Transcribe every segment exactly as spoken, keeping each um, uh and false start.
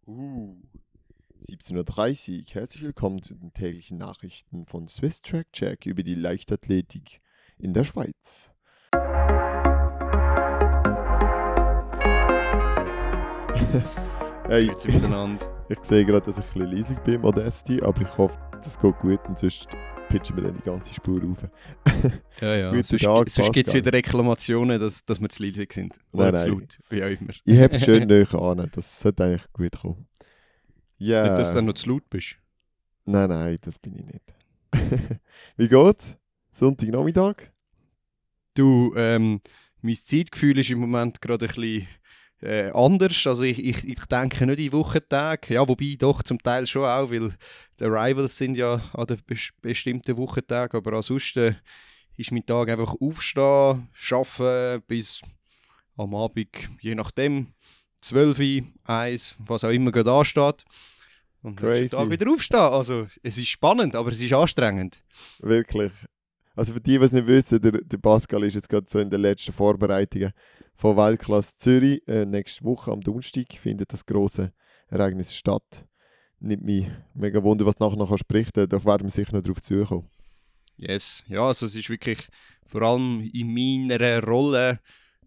Uh, siebzehn Uhr dreißig. Herzlich willkommen zu den täglichen Nachrichten von Swiss Track Check über die Leichtathletik in der Schweiz. Hey, Grüezi miteinander. ich sehe gerade, dass ich ein bisschen leislich bin, Modesty, aber ich hoffe, das geht gut und sonst pitchen wir dann die ganze Spur rauf. Ja, ja. Guten Sonst, Tag, sonst gibt es Pascal. wieder Reklamationen, dass, dass wir zu leise sind. Oder Nein, zu nein. laut, wie auch immer. Ich habe es schön näher an, das sollte eigentlich gut kommen. Ja. Nicht, dass du dann noch zu laut bist. Nein, nein, das bin ich nicht. Wie geht's? Sonntagnachmittag? Du, ähm, mein Zeitgefühl ist im Moment gerade ein bisschen äh, anders. Also ich, ich, ich denke nicht in Wochentage. Ja, wobei doch zum Teil schon auch, weil die Rivals sind ja an den bes- bestimmten Wochentagen. Aber ansonsten ist mein Tag einfach aufstehen, arbeiten bis am Abend, je nachdem, zwölf, eins, was auch immer gerade ansteht. Und am nächsten Crazy. Tag wieder aufstehen. Also es ist spannend, aber es ist anstrengend. Wirklich. Also für die, die es nicht wissen, der, der Pascal ist jetzt gerade so in den letzten Vorbereitungen von Weltklasse Zürich. Äh, nächste Woche am Donnerstag findet das grosse Ereignis statt. Nimmt mich mega wunder, was nachher noch spricht. Da werden wir sicher noch drauf zukommen. Yes, ja, also es ist wirklich vor allem in meiner Rolle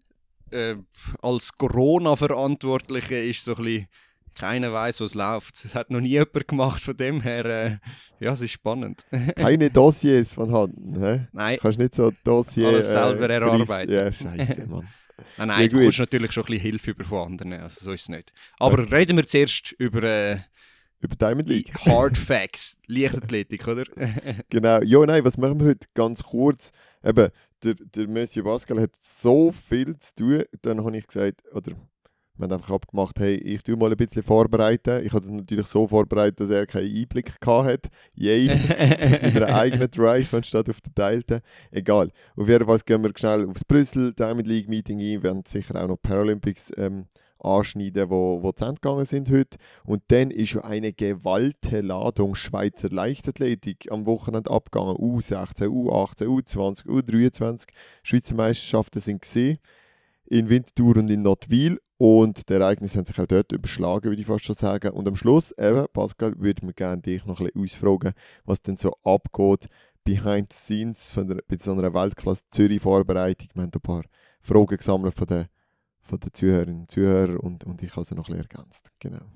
äh, als Corona-Verantwortliche ist so ein bisschen, keiner weiß, was läuft. Das hat noch nie jemand gemacht, von dem her, äh, ja, es ist spannend. Keine Dossiers von Hand. Hä? Nein, Du kannst nicht so Dossier... alles selber äh, erarbeiten. Ja, scheiße, Mann. nein, Ja, nein, du gut. kommst natürlich schon ein bisschen Hilfe über von anderen, also so ist es nicht. Aber Okay. reden wir zuerst über äh, Über Diamond die League. Hard Facts, Leichtathletik, oder? Genau. Ja, nein, was machen wir heute? Ganz kurz. Eben, der, der Monsieur Pascal hat so viel zu tun. Dann habe ich gesagt, oder wir haben einfach abgemacht, hey, ich tue mal ein bisschen vorbereiten. Ich habe das natürlich so vorbereitet, dass er keinen Einblick gehabt hat. Yay. Mit einem eigenen Drive anstatt auf den Teilten. Egal. Auf jeden Fall gehen wir schnell aufs Brüssel Diamond League Meeting ein. Wir werden sicher auch noch Paralympics ähm, anschneiden, wo, wo zu Ende gegangen sind heute. Und dann ist schon eine gewaltige Ladung Schweizer Leichtathletik am Wochenende abgegangen. U sechzehn, U achtzehn, U zwanzig, U dreiundzwanzig. Schweizer Meisterschaften sind gesehen. In Winterthur und in Nottwil. Und die Ereignisse haben sich auch dort überschlagen, würde ich fast schon sagen. Und am Schluss, eben, Pascal, würde mir gerne dich noch ein bisschen ausfragen, was denn so abgeht behind the scenes von der, bei so einer Weltklasse Zürich-Vorbereitung. Wir haben ein paar Fragen gesammelt von den, von den Zuhörerinnen und Zuhörern und, und ich habe sie noch ein bisschen ergänzt. Genau.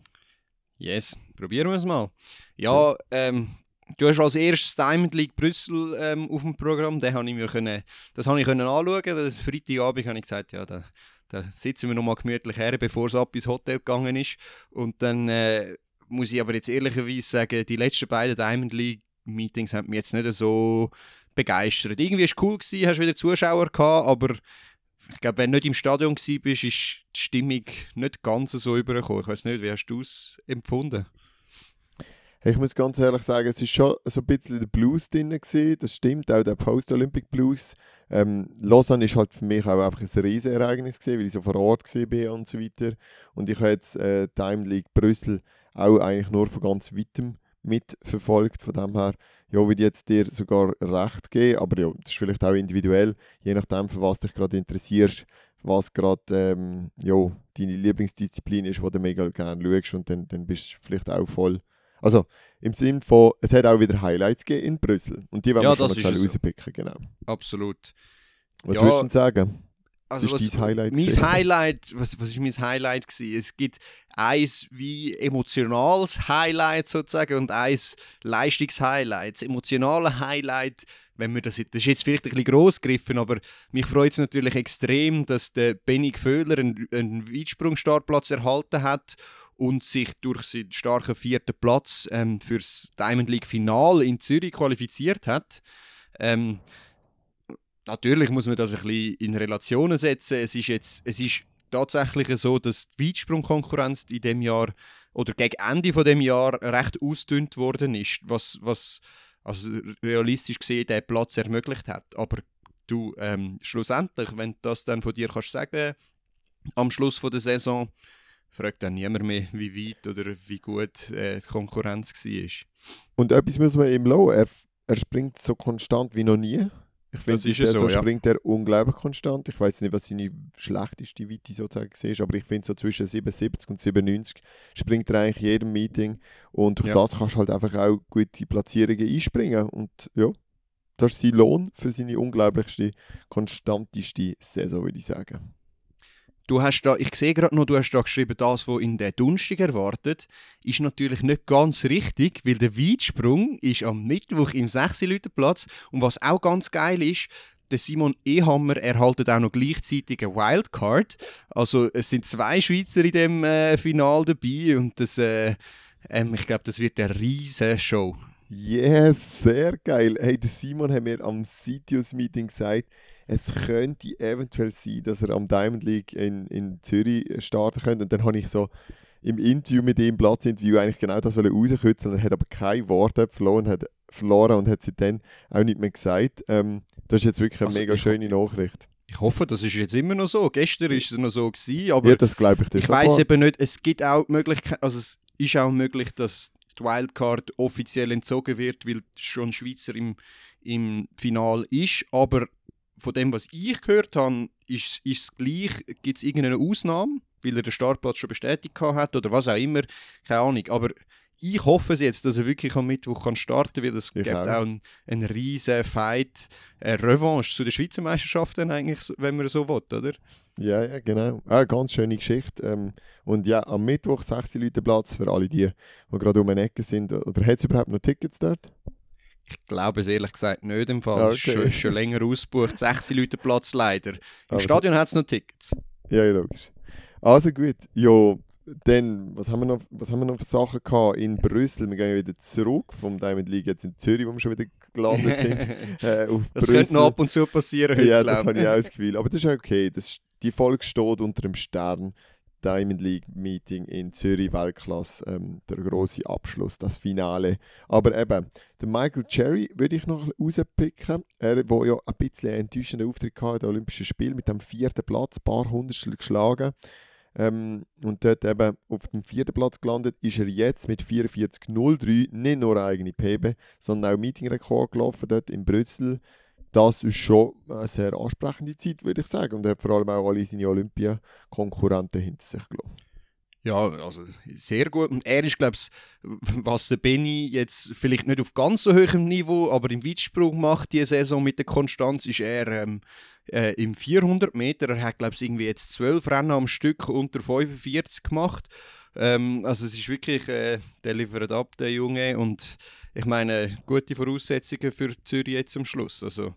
Yes, probieren wir es mal. Ja, ähm, du hast als erstes Diamond League Brüssel ähm, auf dem Programm. Den habe ich mir können, das habe ich können anschauen. Das Freitagabend habe ich gesagt, ja, da, da sitzen wir noch mal gemütlich her, bevor es ab ins Hotel gegangen ist. Und dann äh, muss ich aber jetzt ehrlicherweise sagen, die letzten beiden Diamond League Meetings haben mich jetzt nicht so begeistert. Irgendwie war es cool gewesen, hast wieder Zuschauer gehabt, aber ich glaube, wenn du nicht im Stadion warst, ist die Stimmung nicht ganz so übergekommen. Ich weiß nicht, wie hast du es empfunden? Hey, ich muss ganz ehrlich sagen, es war schon so ein bisschen der Blues drin gewesen. Das stimmt, auch der Post-Olympic Blues. Ähm, Lausanne ist halt für mich auch einfach ein Riesenereignis gewesen, weil ich so vor Ort war und so weiter. Und ich habe jetzt äh, Diamond League Brüssel auch eigentlich nur von ganz weitem mitverfolgt. Von dem her, ja, würde ich jetzt dir sogar recht geben. Aber ja, das ist vielleicht auch individuell, je nachdem, für was dich gerade interessierst, was gerade ähm, ja, deine Lieblingsdisziplin ist, die du mega gerne schaust. Und dann, dann bist du vielleicht auch voll. Also im Sinne von, es hat auch wieder Highlights gegeben in Brüssel. Und die werden Ja, wir schon das noch ist schnell es so. rauspicken. Genau. Absolut. Was Ja, würdest du denn sagen? Also Was ist was, dein Highlight mein gewesen? Highlight, was, was ist mein Highlight gewesen? Es gibt eins wie emotionales Highlight sozusagen und eins Leistungshighlight. Das emotionale Highlight, wenn wir das, das ist jetzt vielleicht ein bisschen gross gegriffen, aber mich freut es natürlich extrem, dass der Benny Föhler einen, einen Weitsprung-Startplatz erhalten hat und sich durch seinen starken vierten Platz ähm, für das Diamond League Final in Zürich qualifiziert hat. Ähm, Natürlich muss man das ein bisschen in Relationen setzen. Es ist, jetzt, es ist tatsächlich so, dass die Weitsprungkonkurrenz in dem Jahr oder gegen Ende von dem Jahr recht ausgedünnt worden ist, was, was also realistisch gesehen den Platz ermöglicht hat. Aber du, ähm, schlussendlich, wenn du das dann von dir kannst sagen, am Schluss von der Saison, fragt dann niemand mehr, wie weit oder wie gut äh, die Konkurrenz war. Und etwas muss man ihm lassen. Er, er springt so konstant wie noch nie. Ich finde, ist es so so, ja. springt er unglaublich konstant. Ich weiß nicht, was seine schlechteste Weite sozusagen ist, aber ich finde, so zwischen siebenundsiebzig und siebenundneunzig springt er eigentlich jedem Meeting. Und durch Ja. das kannst du halt einfach auch gute Platzierungen einspringen. Und ja, das ist sein Lohn für seine unglaublichste, konstanteste Saison, würde ich sagen. Du hast da, ich sehe gerade noch, du hast da geschrieben, das, was in der Donnerstag erwartet, ist natürlich nicht ganz richtig, weil der Weitsprung ist am Mittwoch im sechs-Leute-Platz. Und was auch ganz geil ist, der Simon Ehammer erhaltet auch noch gleichzeitig eine Wildcard. Also es sind zwei Schweizer in dem äh, Finale dabei und das, äh, ähm, ich glaube, das wird eine riesige Show. Yes, sehr geil. Hey, der Simon hat mir am Sitius-Meeting gesagt, es könnte eventuell sein, dass er am Diamond League in, in Zürich starten könnte. Und dann habe ich so im Interview mit ihm, Platzinterview, eigentlich genau das rauskitzeln. Er hat aber kein Wort verloren, hat verloren und hat seitdem auch nicht mehr gesagt. Ähm, das ist jetzt wirklich eine Also mega ich- schöne Nachricht. Ich hoffe, das ist jetzt immer noch so. Gestern war es noch so, gewesen, aber Ja, das glaube ich dir ich weiss sofort. eben nicht, es gibt auch die Möglichkeit, also es ist auch möglich, dass die Wildcard offiziell entzogen wird, weil schon ein Schweizer im, im Finale ist, aber von dem, was ich gehört habe, ist, ist es gleich, gibt es irgendeine Ausnahme, weil er den Startplatz schon bestätigt gehabt hat oder was auch immer, keine Ahnung, aber ich hoffe es jetzt, dass er wirklich am Mittwoch kann starten kann, weil es Ich gibt auch. auch einen, einen riesen Fight, eine Revanche zu den Schweizer Meisterschaften eigentlich, so- wenn man so will, oder? Ja, ja, genau. Ah, eine ganz schöne Geschichte. Ähm, und ja, am Mittwoch sechs Leute Platz für alle die, die gerade um eine Ecke sind. Oder hat es überhaupt noch Tickets dort? Ich glaube es ehrlich gesagt nicht im Fall. Ah, Es ist okay. schon, schon länger ausgebucht. sechs Leute Platz leider. Im Aber- Stadion hat es noch Tickets. Ja, ja, logisch. Also gut. Ja, dann, was haben wir noch, was haben wir noch für Sachen gehabt in Brüssel? Wir gehen wieder zurück vom Diamond League jetzt in Zürich, wo wir schon wieder gelandet sind. Äh, auf Das Brüssel. könnte noch ab und zu passieren heute, Ja, das glaube habe ich auch das Gefühl. Aber das ist okay. Das ist, die Folge steht unter dem Stern. Diamond League Meeting in Zürich, Weltklasse, ähm, der grosse Abschluss, das Finale. Aber eben, der Michael Cherry würde ich noch rauspicken. Er, der ja ein bisschen einen enttäuschenden Auftritt hatte in den Olympischen Spielen, mit dem vierten Platz, ein paar Hundertstel geschlagen. Ähm, und dort eben auf dem vierten Platz gelandet, ist er jetzt mit vierundvierzig null drei nicht nur eine eigene P B, sondern auch Meetingrekord gelaufen dort in Brüssel. Das ist schon eine sehr ansprechende Zeit, würde ich sagen. Und er hat vor allem auch alle seine Olympia-Konkurrenten hinter sich gelassen. Ja, also sehr gut. Und er ist, glaube ich, was der Benny jetzt vielleicht nicht auf ganz so hohem Niveau, aber im Weitsprung macht, diese Saison mit der Konstanz, ist er ähm, äh, im vierhundert Meter. Er hat, glaube ich, irgendwie jetzt zwölf Rennen am Stück unter fünfundvierzig gemacht. Ähm, also es ist wirklich, äh, der liefert ab, der Junge. Und ich meine, gute Voraussetzungen für Zürich jetzt zum Schluss. Also,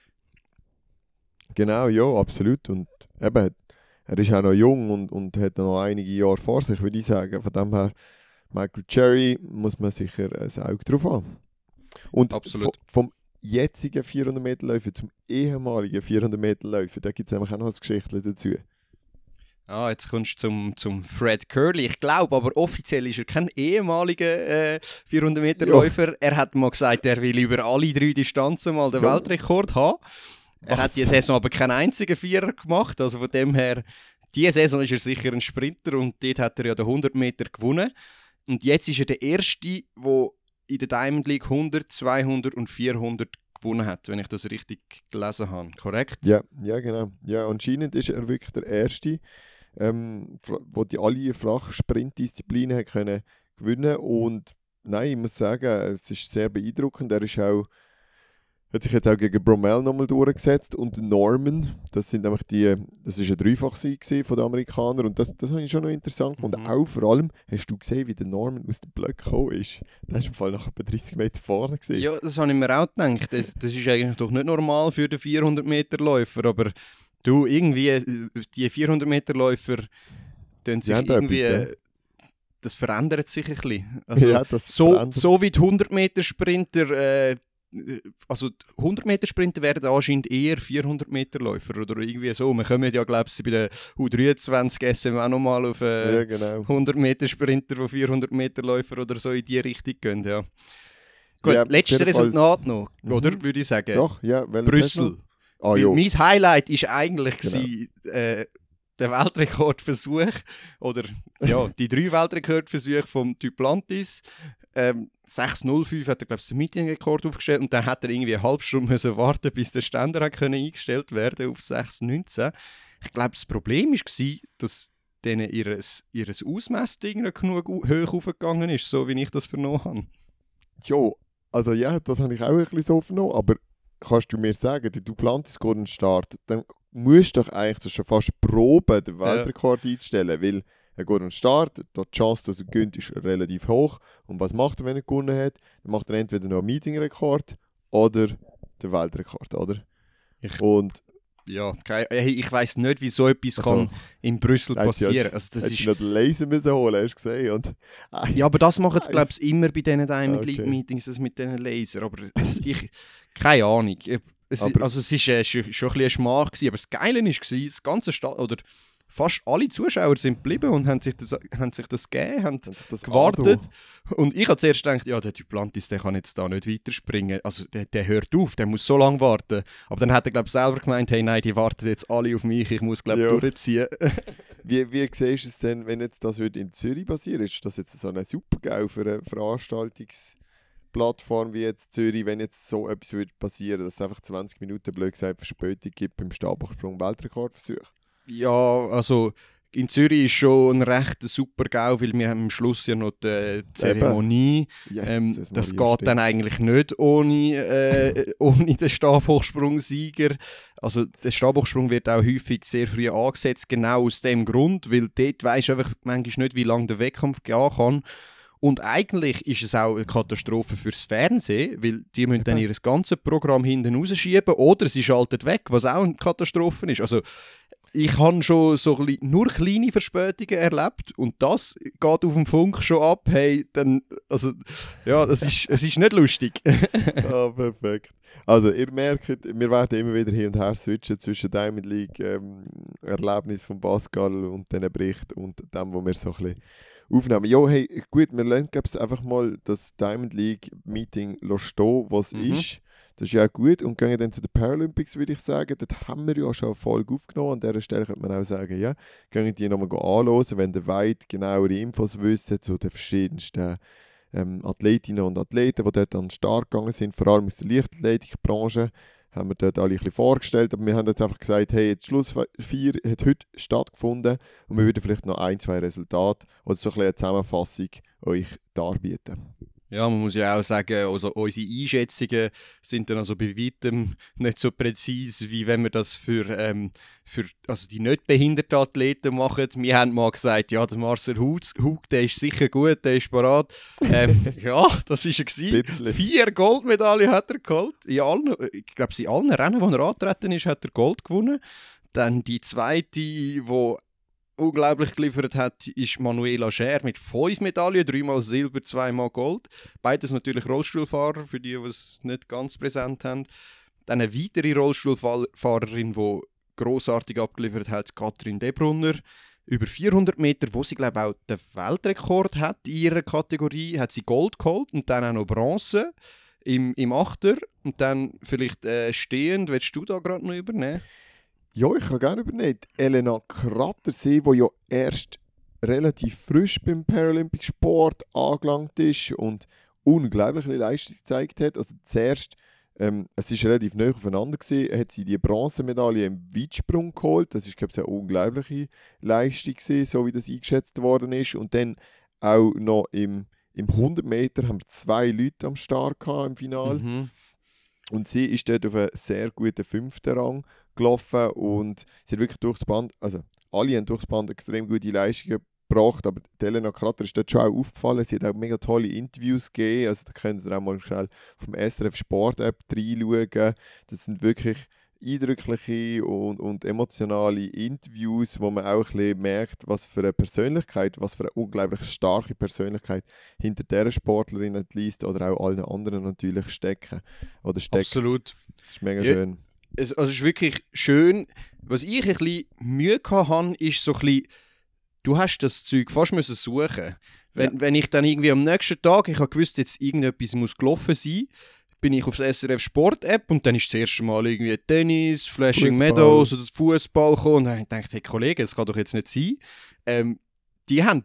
Genau, ja, absolut. Und eben, er ist auch noch jung und, und hat noch einige Jahre vor sich, würde ich sagen. Von dem her, Michael Cherry muss man sicher ein Auge drauf haben. Und Absolut. vo- vom jetzigen vierhundert Meter Läufer zum ehemaligen vierhundert Meter Läufer, da gibt es nämlich auch noch ein Geschichtchen dazu. ah, jetzt kommst du zum, zum Fred Curley. Ich glaube aber offiziell ist er kein ehemaliger äh, vierhundert Meter Läufer. Er hat mal gesagt, er will über alle drei Distanzen mal den Ja. Weltrekord haben. Er Ach hat diese so. Saison aber keinen einzigen Vierer gemacht. Also von dem her, diese Saison ist er sicher ein Sprinter und dort hat er ja den hundert Meter gewonnen. Und jetzt ist er der Erste, der in der Diamond League hundert, zweihundert und vierhundert gewonnen hat, wenn ich das richtig gelesen habe. Korrekt? Ja, ja, genau. Ja, anscheinend ist er wirklich der Erste, ähm, wo die alle Flachsprintdisziplinen hat können gewinnen. Und nein, ich muss sagen, es ist sehr beeindruckend. Er ist auch, hat sich jetzt auch gegen Bromell nochmal durchgesetzt und Norman, das sind nämlich die, das ist ein Dreifachsieg gewesen von den Amerikanern und das, das habe ich schon noch interessant gefunden. Mhm. Auch vor allem, hast du gesehen, wie der Norman aus dem Block gekommen ist? Der ist im Fall nach etwa dreißig Meter vorne gewesen. Ja, das habe ich mir auch gedacht. Das, das ist eigentlich doch nicht normal für den vierhundert Meter Läufer, aber du, irgendwie, äh, die vierhundert Meter Läufer, tun sich haben da irgendwie, etwas, äh, das verändert sich ein bisschen. Also, Ja, das so, verändert- so wie die hundert Meter Sprinter, äh, also die hundert Meter Sprinter werden anscheinend eher vierhundert Meter Läufer oder irgendwie so. Wir kommen ja, glaube ich, bei der U dreiundzwanzig S M auch nochmal auf äh, ja, genau. hundert Meter Sprinter, die vierhundert Meter Läufer oder so in die Richtung gehen, ja. Gut, Ja, letztes jedenfalls- Resultat noch, Mhm. oder? Würde ich sagen. Doch, ja, welches hast du Brüssel. noch? Ah, Weil ja. mein Highlight ist eigentlich Genau. gewesen, äh, der Weltrekordversuch oder ja, die drei Weltrekordversuche vom Duplantis. ähm, sechs null fünf hat er, glaube ich, den Meeting-Rekord aufgestellt und dann hat er irgendwie eine halbe Stunde müssen warten, bis der Ständer hat können eingestellt werden auf sechs neunzehn. Ich glaube, das Problem war, dass denen ihr Ausmessding nicht genug hoch aufgegangen ist, so wie ich das vernommen habe. Ja, also ja, das habe ich auch ein bisschen so vernommen, aber kannst du mir sagen, du plantest einen Start, dann musst du doch eigentlich schon fast proben, den Weltrekord ja. einzustellen, weil er geht einen Start, die Chance, dass er gewinnt, ist relativ hoch. Und was macht er, wenn er gewonnen hat? Dann macht er entweder noch einen Meeting-Rekord oder den Weltrekord, oder? Ich, und ja, okay. Ich weiss nicht, wie so etwas also, kann in Brüssel passieren kann. Also, das ist noch den Laser müssen holen, hast du gesehen? Und, ah, ja, aber das machen sie, glaube ich, immer bei diesen Diamond okay. League Meetings, das mit diesen Lasern. Aber ich, keine Ahnung. Es, aber, also, es war äh, schon, schon ein bisschen ein Schmach gewesen, aber das Geile war, das ganze Stadt, oder fast alle Zuschauer sind geblieben und haben sich das, haben sich das gegeben, haben, haben das gewartet. Ado. Und ich habe zuerst gedacht, ja, der Duplantis, der kann jetzt da nicht weiterspringen. Also der, der hört auf, der muss so lange warten. Aber dann hat er, glaube ich, selber gemeint, hey, nein, die warten jetzt alle auf mich, ich muss, glaube ich, durchziehen. wie, wie siehst du es denn, wenn jetzt das in Zürich passiert? Ist das jetzt so eine Super-GAU für eine Veranstaltungsplattform wie jetzt Zürich, wenn jetzt so etwas würde passieren, dass es einfach zwanzig Minuten, blöd gesagt, Verspätung gibt beim Stabhochsprung-Weltrekordversuch? Ja, also in Zürich ist schon ein recht super GAU, weil wir haben am Schluss ja noch die Zeremonie. Yes, ähm, das das geht stimmt. Dann eigentlich nicht ohne, äh, ohne den Stabhochsprung-Sieger. Also der Stabhochsprung wird auch häufig sehr früh angesetzt, genau aus dem Grund, weil dort weisst du einfach manchmal nicht, wie lange der Wettkampf gehen kann. Und eigentlich ist es auch eine Katastrophe fürs Fernsehen, weil die müssen dann ihr ganzes Programm hinten rausschieben oder sie schalten weg, was auch eine Katastrophe ist. Also ich habe schon so nur kleine Verspätungen erlebt und das geht auf dem Funk schon ab. Hey, dann, also, ja, das ist, es ist nicht lustig. Ah, perfekt. Also, ihr merkt, wir werden immer wieder hin und her switchen zwischen Diamond League ähm, Erlebnis von Pascal und diesen Bericht und dem, was wir so ein bisschen aufnehmen. Ja, hey, gut, wir lernen einfach mal das Diamond League Meeting stehen, was mhm. ist. Das ist ja auch gut. Und gehen dann zu den Paralympics, würde ich sagen. Dort haben wir ja schon eine Folge aufgenommen. An dieser Stelle könnte man auch sagen, ja, gehen die nochmal anhören, wenn ihr weit genauere Infos wisst zu den verschiedensten ähm, Athletinnen und Athleten, die dort an den Start gegangen sind. Vor allem aus der Leichtathletikbranche haben wir dort alle ein bisschen vorgestellt. Aber wir haben jetzt einfach gesagt, hey, die Schlussvier hat heute stattgefunden und wir würden vielleicht noch ein, zwei Resultate oder so ein bisschen eine Zusammenfassung euch darbieten. Ja, man muss ja auch sagen, also unsere Einschätzungen sind dann also bei weitem nicht so präzise, wie wenn wir das für, ähm, für also die nicht behinderten Athleten machen. Wir haben mal gesagt, ja, der Marcel Hug, der ist sicher gut, der ist parat. Ähm, ja, das war er gewesen. Vier Goldmedaillen hat er geholt. In allen, ich glaube, in allen Rennen, wo er angetreten ist, hat er Gold gewonnen. Dann die zweite, die unglaublich geliefert hat, ist Manuela Scher mit fünf Medaillen, dreimal Silber, zweimal Gold. Beides natürlich Rollstuhlfahrer, für die, die es nicht ganz präsent haben. Dann eine weitere Rollstuhlfahrerin, die grossartig abgeliefert hat, Katrin Debrunner. Über vierhundert Meter, wo sie, glaube ich, auch den Weltrekord hat in ihrer Kategorie, hat sie Gold geholt und dann auch noch Bronze im, im Achter. Und dann vielleicht äh, stehend, willst du da gerade noch übernehmen? Ja, ich kann gerne übernehmen. Elena Krattersee, die ja erst relativ frisch beim Paralympic Sport angelangt ist und unglaubliche Leistung gezeigt hat. Also zuerst, ähm, es war relativ nah aufeinander gewesen, hat sie die Bronzemedaille im Weitsprung geholt. Das ist, glaube ich, eine unglaubliche Leistung gewesen, so wie das eingeschätzt worden ist. Und dann auch noch im, im hundert Meter haben wir zwei Leute am Start gehabt im Finale. Mhm. Und sie ist dort auf einen sehr guten fünften Rang gelaufen und sie hat wirklich durchs Band, also alle haben durchs Band extrem gute Leistungen gebracht, aber Elena Kratter ist dort schon auch aufgefallen. Sie hat auch mega tolle Interviews gegeben, also da könnt ihr auch mal schnell vom S R F Sport App reinschauen. Das sind wirklich eindrückliche und, und emotionale Interviews, wo man auch ein bisschen merkt, was für eine Persönlichkeit, was für eine unglaublich starke Persönlichkeit hinter dieser Sportlerin liest oder auch allen anderen natürlich stecken oder steckt. Absolut. Das ist mega ja, schön. Es, also es ist wirklich schön. Was ich ein bisschen Mühe hatte, ist so ein bisschen, du hast das Zeug fast müssen suchen. Wenn, ja. wenn ich dann irgendwie am nächsten Tag, ich habe gewusst, jetzt irgendetwas muss gelaufen sein, bin ich aufs S R F Sport App und dann ist das erste Mal irgendwie Tennis, Flashing Fußball. Meadows oder Fußball gekommen und dann habe ich gedacht, hey Kollege, das kann doch jetzt nicht sein. Ähm, die haben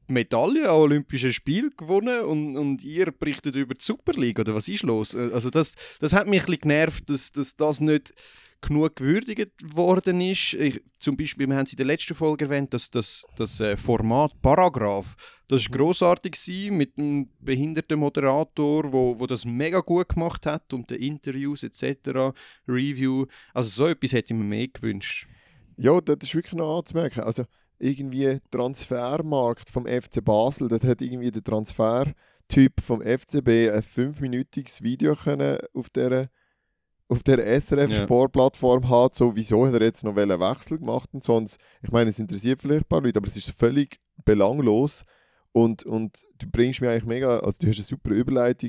Medaille an Olympischen Spielen gewonnen und, und ihr berichtet über die Super League, oder was ist los? Also das, das hat mich ein bisschen genervt, dass, dass das nicht genug gewürdigt worden ist. Ich, zum Beispiel, wir haben es in der letzten Folge erwähnt, dass das, das äh, Format Paragraph, das war grossartig gewesen, mit einem behinderten Moderator, wo, wo das mega gut gemacht hat und den Interviews et cetera, Review. Also so etwas hätte ich mir mehr gewünscht. Ja, das ist wirklich noch anzumerken. Also irgendwie Transfermarkt vom F C Basel, dort hat irgendwie der Transfertyp vom F C B ein fünfminütiges Video können auf der auf der S R F-Sportplattform haben, so wieso hat er jetzt noch einen Wechsel gemacht und sonst, ich meine, es interessiert vielleicht ein paar Leute, aber es ist völlig belanglos und, und du bringst mir eigentlich mega, also du hast eine super Überleitung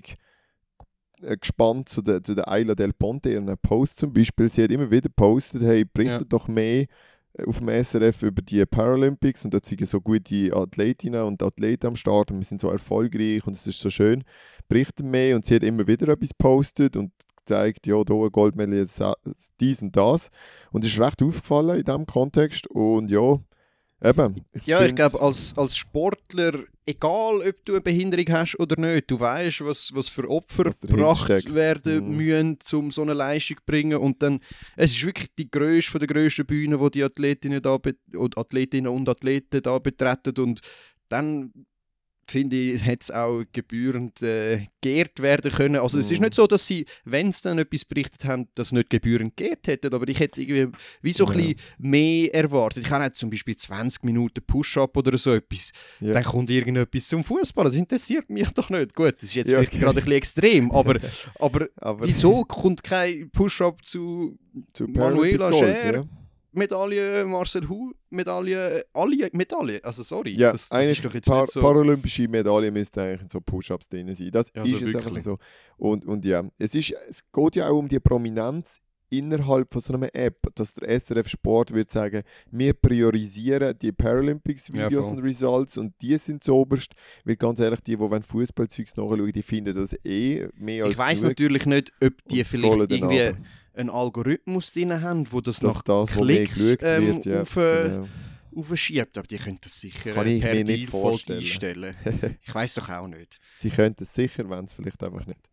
äh, gespannt zu der, zu der Ayla Del Ponte, ihren Post zum Beispiel, sie hat immer wieder gepostet, hey, berichtet ja. doch mehr auf dem S R F über die Paralympics und dort sind so gute Athletinnen und Athleten am Start und wir sind so erfolgreich und es ist so schön, berichtet mehr und sie hat immer wieder etwas gepostet und gezeigt, ja, hier Goldmedaille, dies und das. Und es ist recht aufgefallen in diesem Kontext. Und ja, eben. Ich ja, ich glaube, als, als Sportler, egal ob du eine Behinderung hast oder nicht, du weißt, was, was für Opfer was gebracht werden mhm. müssen, um so eine Leistung zu bringen. Und dann, es ist wirklich die grösste von der grössten Bühne, die die Athletinnen, da und Athletinnen und Athleten da betreten. Und dann finde ich, es hätte auch gebührend äh, geehrt werden können. Also mm. es ist nicht so, dass sie, wenn sie dann etwas berichtet haben, das nicht gebührend geehrt hätten, aber ich hätte irgendwie wie so ja. ein bisschen mehr erwartet. Ich habe nicht zum Beispiel zwanzig Minuten Push-Up oder so etwas. Ja. Dann kommt irgendetwas zum Fußball. Das interessiert mich doch nicht. Gut, das ist jetzt ja, vielleicht okay. gerade ein bisschen extrem, aber, aber, aber wieso kommt kein Push-Up zu, zu Manuela Scher? Ja. Medaille, Marcel Hu, Medaille, alle Medaillen, also sorry. Ja, das, das ist doch jetzt par- nicht so... Paralympische Medaille müsste eigentlich in so Push-Ups drin sein. Das ja, ist so jetzt wirklich. Einfach so. Und, und ja, es, ist, es geht ja auch um die Prominenz innerhalb von so einer App, dass der S R F Sport würde sagen, wir priorisieren die Paralympics-Videos ja, und Results und die sind so oberst, weil ganz ehrlich, die, die Fußballzeugs nachschauen, die finden das eh mehr als Ich weiss natürlich nicht, ob die vielleicht irgendwie... Danach. einen Algorithmus drin haben, wo das, das nach das, Klicks ähm, ja, auf, genau. aufschiebt. Aber die können das sicher das kann ich per mir nicht vorstellen. einstellen. Ich weiss doch auch nicht. Sie könnten es sicher, wenn es vielleicht einfach nicht.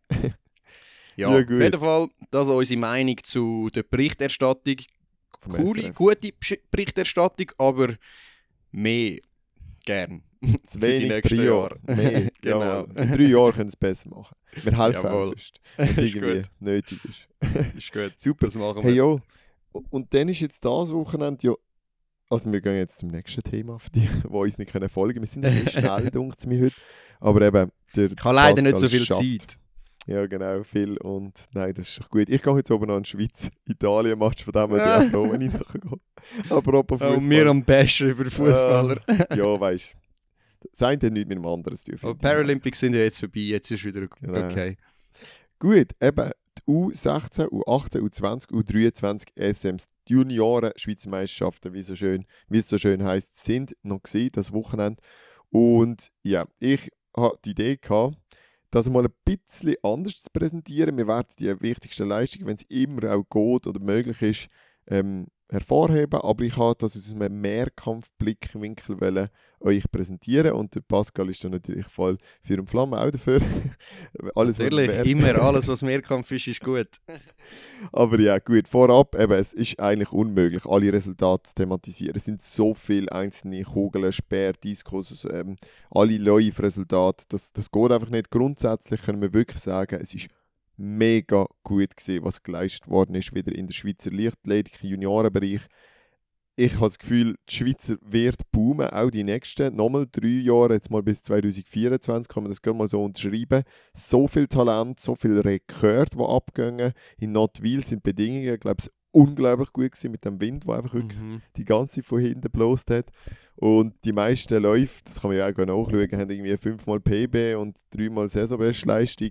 ja, ja auf jeden Fall, das ist unsere Meinung zu der Berichterstattung. Coole, gute Berichterstattung, aber mehr gern. Zu wenig Prio. Mehr. Genau. Ja, in drei Jahren können sie es besser machen. Wir helfen auch sonst, wenn es irgendwie gut. nötig ist. Ist gut. Super. Das machen wir. Hey, ja. Und dann ist jetzt das Wochenende ja... Also wir gehen jetzt zum nächsten Thema, für die, die uns nicht folgen können. Wir sind ein bisschen schnell, denkt es mir heute. Aber eben... Der ich habe leider nicht so viel schafft. Zeit. Ja, genau, viel. Und nein, das ist doch gut. Ich gehe jetzt oben noch in den Schweiz-Italien-Match, von dem wir die froh, wenn ich nachher gehe. Apropos Fußball. Und wir am besten über Fußballer. Äh, ja, weißt du. Das eine hat nichts mit dem anderen zu tun. Aber Paralympics sind ja jetzt vorbei, jetzt ist wieder genau. okay. Gut, eben die U sechzehn, U achtzehn, U zwanzig, U dreiundzwanzig S Ms, die Junioren-Schweizer Meisterschaften, wie, so schön, wie es so schön heisst, sind noch gewesen, das Wochenende. Und ja, ich hatte die Idee gehabt, das mal ein bisschen anders zu präsentieren. Wir werden die wichtigsten Leistungen, wenn es immer auch geht oder möglich ist, ähm, hervorheben, aber ich habe das aus einem Mehrkampf-Blickwinkel wollen euch präsentieren und der Pascal ist dann natürlich voll für den Flammen auch dafür. alles, natürlich, immer alles, was Mehrkampf ist, ist gut. Aber ja, gut, vorab, eben, es ist eigentlich unmöglich, alle Resultate zu thematisieren. Es sind so viele einzelne Kugeln, Speer, Diskus, ähm, alle Läufe-Resultate, das, das geht einfach nicht. Grundsätzlich können wir wirklich sagen, es ist mega gut gewesen, was geleistet worden ist, wieder in der Schweizer Leichtathletik Juniorenbereich. Ich habe das Gefühl, die Schweizer wird boomen, auch die nächsten, nochmal drei Jahre, jetzt mal bis zwanzig vierundzwanzig, kann man das gerne mal so unterschreiben. So viel Talent, so viel Rekord, die abgehen. In Notwil sind die Bedingungen, glaube ich, unglaublich gut gewesen mit dem Wind, der einfach wirklich mhm. die ganze Zeit von hinten geblasen hat. Und die meisten Läufe, das kann man ja auch nachschauen, haben irgendwie fünfmal P B und dreimal Saisonbestleistung.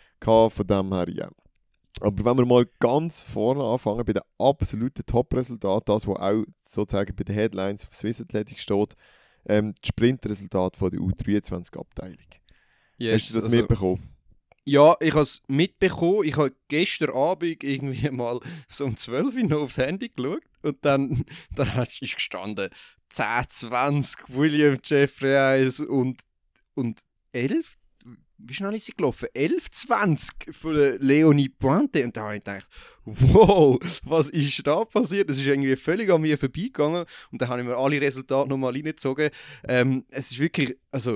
Von dem her, ja. Aber wenn wir mal ganz vorne anfangen, bei den absoluten Top-Resultaten, das, was auch sozusagen bei den Headlines von Swiss Athletics steht, ähm, das Sprintresultat von der U dreiundzwanzig-Abteilung. Yes, Hast du das also, mitbekommen? Ja, ich habe es mitbekommen. Ich habe gestern Abend irgendwie mal so um zwölf Uhr noch aufs Handy geschaut und dann, dann ist gestanden, zehn, zwanzig, William Jeffrey eins und, und elf, wie schnell ist sie gelaufen? elf, zwanzig für Leonie Pointe. Und da habe ich gedacht, wow, was ist da passiert? Das ist irgendwie völlig an mir vorbeigegangen. Und dann habe ich mir alle Resultate nochmal reingezogen. Ähm, es ist wirklich, also,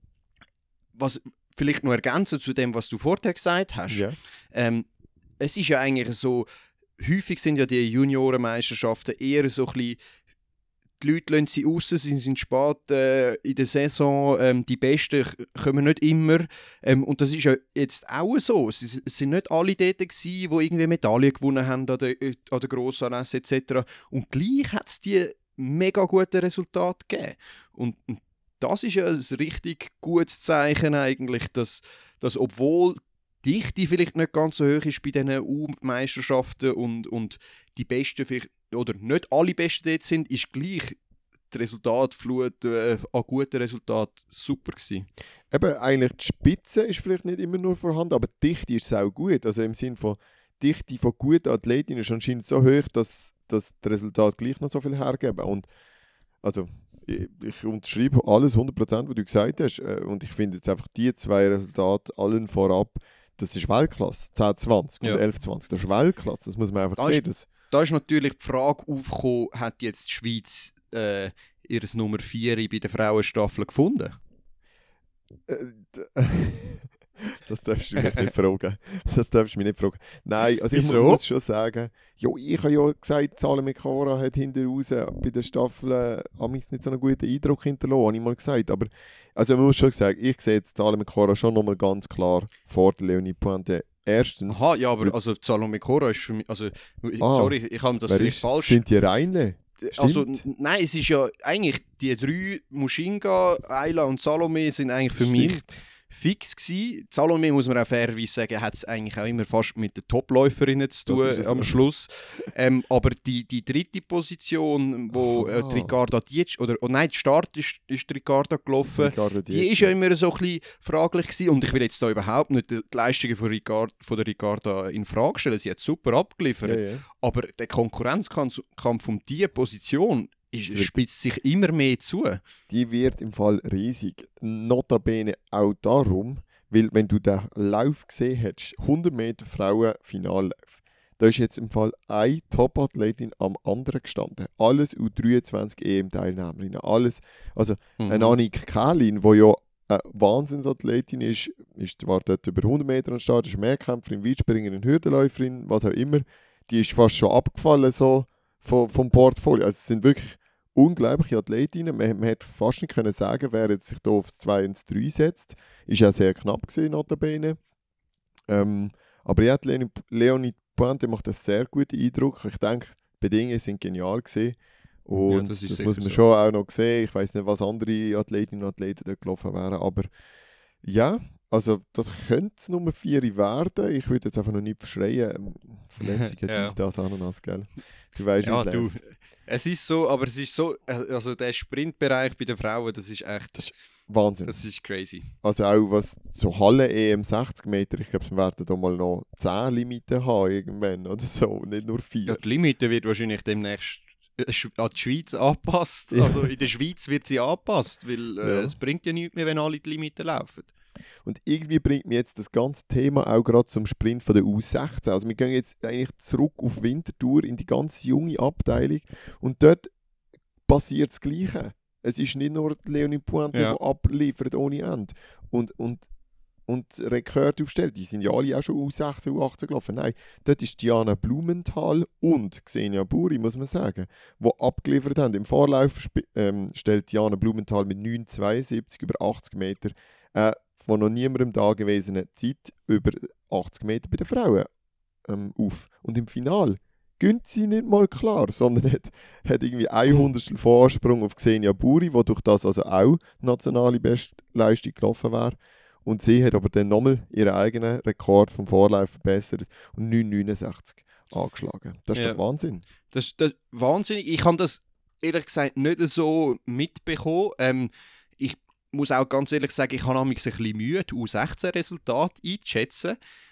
was vielleicht noch ergänzen zu dem, was du vorher gesagt hast. Ja. Ähm, es ist ja eigentlich so, häufig sind ja die Juniorenmeisterschaften eher so ein bisschen, die Leute lassen sie raus, sie sind spät äh, in der Saison, ähm, die Besten kommen nicht immer. Ähm, und das ist ja jetzt auch so. Es sind nicht alle dort gewesen, die irgendwie Medaillen gewonnen haben an der, an der Grossanlässe et cetera. Und gleich hat es die mega guten Resultate gegeben. Und, und das ist ja ein richtig gutes Zeichen eigentlich, dass, dass obwohl die Dichte vielleicht nicht ganz so hoch ist bei diesen U-Meisterschaften und, und die Besten vielleicht, oder nicht alle Besten dort sind, ist gleich die Resultatflut äh, an guten Resultaten super gewesen. Eben, eigentlich die Spitze ist vielleicht nicht immer nur vorhanden, aber die Dichte ist auch gut. Also im Sinne von die Dichte von guten Athletinnen ist anscheinend so hoch, dass, dass die Resultate gleich noch so viel hergeben. Und also ich, ich unterschreibe alles hundert Prozent, was du gesagt hast. Und ich finde jetzt einfach die zwei Resultate allen vorab, das ist Weltklasse. zehn zwanzig Ja. und elf zwanzig, das ist Weltklasse. Das muss man einfach Das sehen. ist- Das, Da ist natürlich die Frage aufgekommen, hat jetzt die Schweiz äh, ihr Nummer vier bei der Frauenstaffel gefunden? Äh, d- das darfst du mich nicht fragen. Das darfst du mich nicht fragen. Nein, also ich Wieso? mu- muss schon sagen, jo, ich habe ja gesagt, Salome Cora hat hinten raus bei der Staffel äh, amigs nicht so einen guten Eindruck hinterlassen, habe ich mal gesagt. Aber also man muss schon sagen, ich sehe jetzt Salome Cora schon nochmal ganz klar vor der Leonie Pointe. Erstens, Aha, ja, aber also Salome Cora ist für mich, also, Ah, sorry, ich habe das wer vielleicht ist, falsch. sind die Reine? Also, Stimmt. n- nein, es ist ja eigentlich, die drei, Mushinga, Ayla und Salome, sind eigentlich für mich Stimmt. fix gewesen. Salome, muss man auch fairerweise sagen, hat es eigentlich auch immer fast mit den Topläuferinnen zu Das tun ist es am so. Schluss. Ähm, aber die, die dritte Position, wo äh, Aha. die Ricarda Dietsch, oder oh nein, der Start ist, ist die Ricarda gelaufen, Ricardo die Dietz. ist ja immer so ein bisschen fraglich gewesen. Und ich will jetzt da überhaupt nicht die Leistungen von, Ricard, von der Ricarda in Frage stellen. Sie hat super abgeliefert. Ja, ja. Aber der Konkurrenzkampf Kampf um diese Position ist, Wird- spitzt sich immer mehr zu. Die wird im Fall riesig. Notabene auch darum, weil wenn du den Lauf gesehen hättest, hundert Meter Frauen-Finallauf, da ist jetzt im Fall eine Top-Athletin am anderen gestanden. Alles U dreiundzwanzig E M-Teilnehmerinnen. Alles, also Mhm. eine Annik Kählin, die ja eine Wahnsinnsathletin ist, ist zwar dort über hundert Meter am Start, ist Mehrkämpferin, Weitspringerin, Hürdenläuferin, was auch immer. Die ist fast schon abgefallen so vom, vom Portfolio. Also es sind wirklich unglaubliche Athletinnen. Man, man hätte fast nicht können sagen, wer jetzt sich hier auf das zwei und das drei setzt. Ist auch sehr knapp gewesen, notabene. Ähm, aber ja, die Leonie, Leonie Pointe macht einen sehr guten Eindruck. Ich denke, die Bedingungen sind genial gewesen. Und Ja, das, das ist muss sicher man so. schon auch noch sehen. Ich weiß nicht, was andere Athletinnen und Athleten dort gelaufen wären. Aber ja, also das könnte Nummer vier werden. Ich würde jetzt einfach noch nicht verschreien. Ähm, Verletzungen, Ja. dies, das, Ananas, gell? Du weißt, Ja, wie es du. läuft. Es ist so, aber es ist so, also der Sprintbereich bei den Frauen, das ist echt, Das Wahnsinn. das ist crazy. Also auch was so Halle-E M sechzig Meter, ich glaube, wir werden da mal noch zehn Limiten haben irgendwann oder so, nicht nur Ja, vier. die Limite wird wahrscheinlich demnächst äh, sch- an die Schweiz angepasst. Ja. Also in der Schweiz wird sie angepasst, weil äh, Ja. es bringt ja nichts mehr, wenn alle die Limiten laufen. Und irgendwie bringt mich jetzt das ganze Thema auch gerade zum Sprint von der U sechzehn. Also wir gehen jetzt eigentlich zurück auf Winterthur in die ganz junge Abteilung und dort passiert das Gleiche. Es ist nicht nur die Leonie Pointe, Ja. die abliefert ohne Ende. Und, und, und Rekorde aufstellt, die sind ja alle auch schon U sechzehn, U achtzehn gelaufen. Nein, dort ist Diana Blumenthal und Xenia Buri, muss man sagen, die abgeliefert haben. Im Vorlauf sp- ähm, stellt Diana Blumenthal mit neun zweiundsiebzig über achtzig Meter äh, von noch niemandem dagewesenen Zeit über achtzig Meter bei den Frauen ähm, auf. Und im Finale gönnt sie nicht mal klar, sondern hat, hat irgendwie ein Hundertstel Vorsprung auf Xenia Buri, die durch das also auch nationale Bestleistung gelaufen wäre. Und sie hat aber dann nochmal ihren eigenen Rekord vom Vorlauf verbessert und neun neunundsechzig angeschlagen. Das ist Ja. doch Wahnsinn. Das, das wahnsinnig. Ich habe das ehrlich gesagt nicht so mitbekommen. Ähm, ich muss auch ganz ehrlich sagen, ich habe manchmal ein bisschen Mühe, die U sechzehn-Resultate einzuschätzen.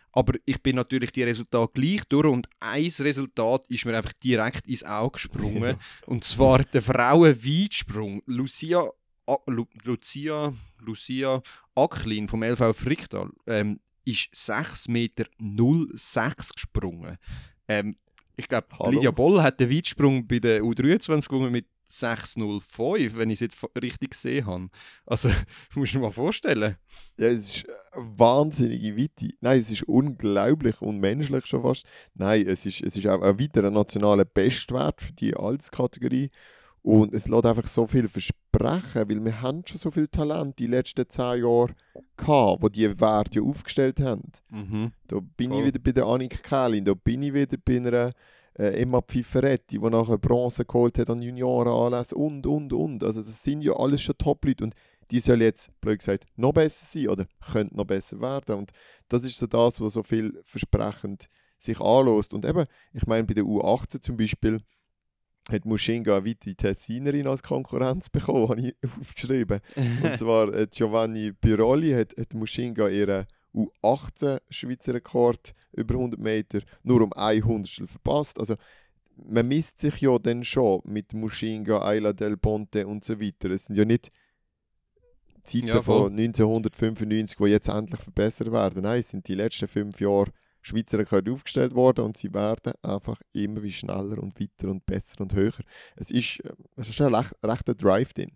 Aber ich bin natürlich die Resultate gleich durch und ein Resultat ist mir einfach direkt ins Auge gesprungen. Und zwar der Frauenweitsprung. Lucia, A, Lu, Lucia, Lucia Acklin vom L V Fricktal ähm, ist sechs Meter null sechs gesprungen. Ähm, ich glaube, Lydia Boll hat den Weitsprung bei der U dreiundzwanzig gewonnen mit sechs null fünf, wenn ich es jetzt richtig gesehen habe. Also, musst du dir mal vorstellen. Ja, es ist eine wahnsinnige Weite. Nein, es ist unglaublich unmenschlich schon fast. Nein, es ist, es ist auch ein weiterer nationaler Bestwert für die Alterskategorie. Und es lässt einfach so viel versprechen, weil wir haben schon so viel Talent die letzten zehn Jahre gehabt, die diese Werte ja aufgestellt haben. Mhm. Da bin Voll. ich wieder bei der Annik Kählin, da bin ich wieder bei einer äh, Emma Pfifferetti, die nachher Bronze geholt hat an Juniorenanlässen und, und, und. Also das sind ja alles schon Top-Leute und die sollen jetzt, blöd gesagt, noch besser sein oder können noch besser werden. Und das ist so das, was so viel versprechend sich anlässt. Und eben, ich meine, bei der U achtzehn zum Beispiel hat Mushinga eine weitere Tessinerin als Konkurrenz bekommen, habe ich aufgeschrieben. Und zwar äh, Giovanni Biroli hat, hat Mushinga ihren U achtzehn Schweizer Rekord über hundert Meter nur um ein Hundertstel verpasst. Also man misst sich ja dann schon mit Mushinga, Ayla Del Ponte und so weiter. Es sind ja nicht Zeiten Ja, von neunzehnhundertfünfundneunzig, die jetzt endlich verbessert werden. Nein, es sind die letzten fünf Jahre Schweizer Rekorde aufgestellt worden und sie werden einfach immer wie schneller und weiter und besser und höher. Es ist, äh, es ist ein recht, rechter Drive drin.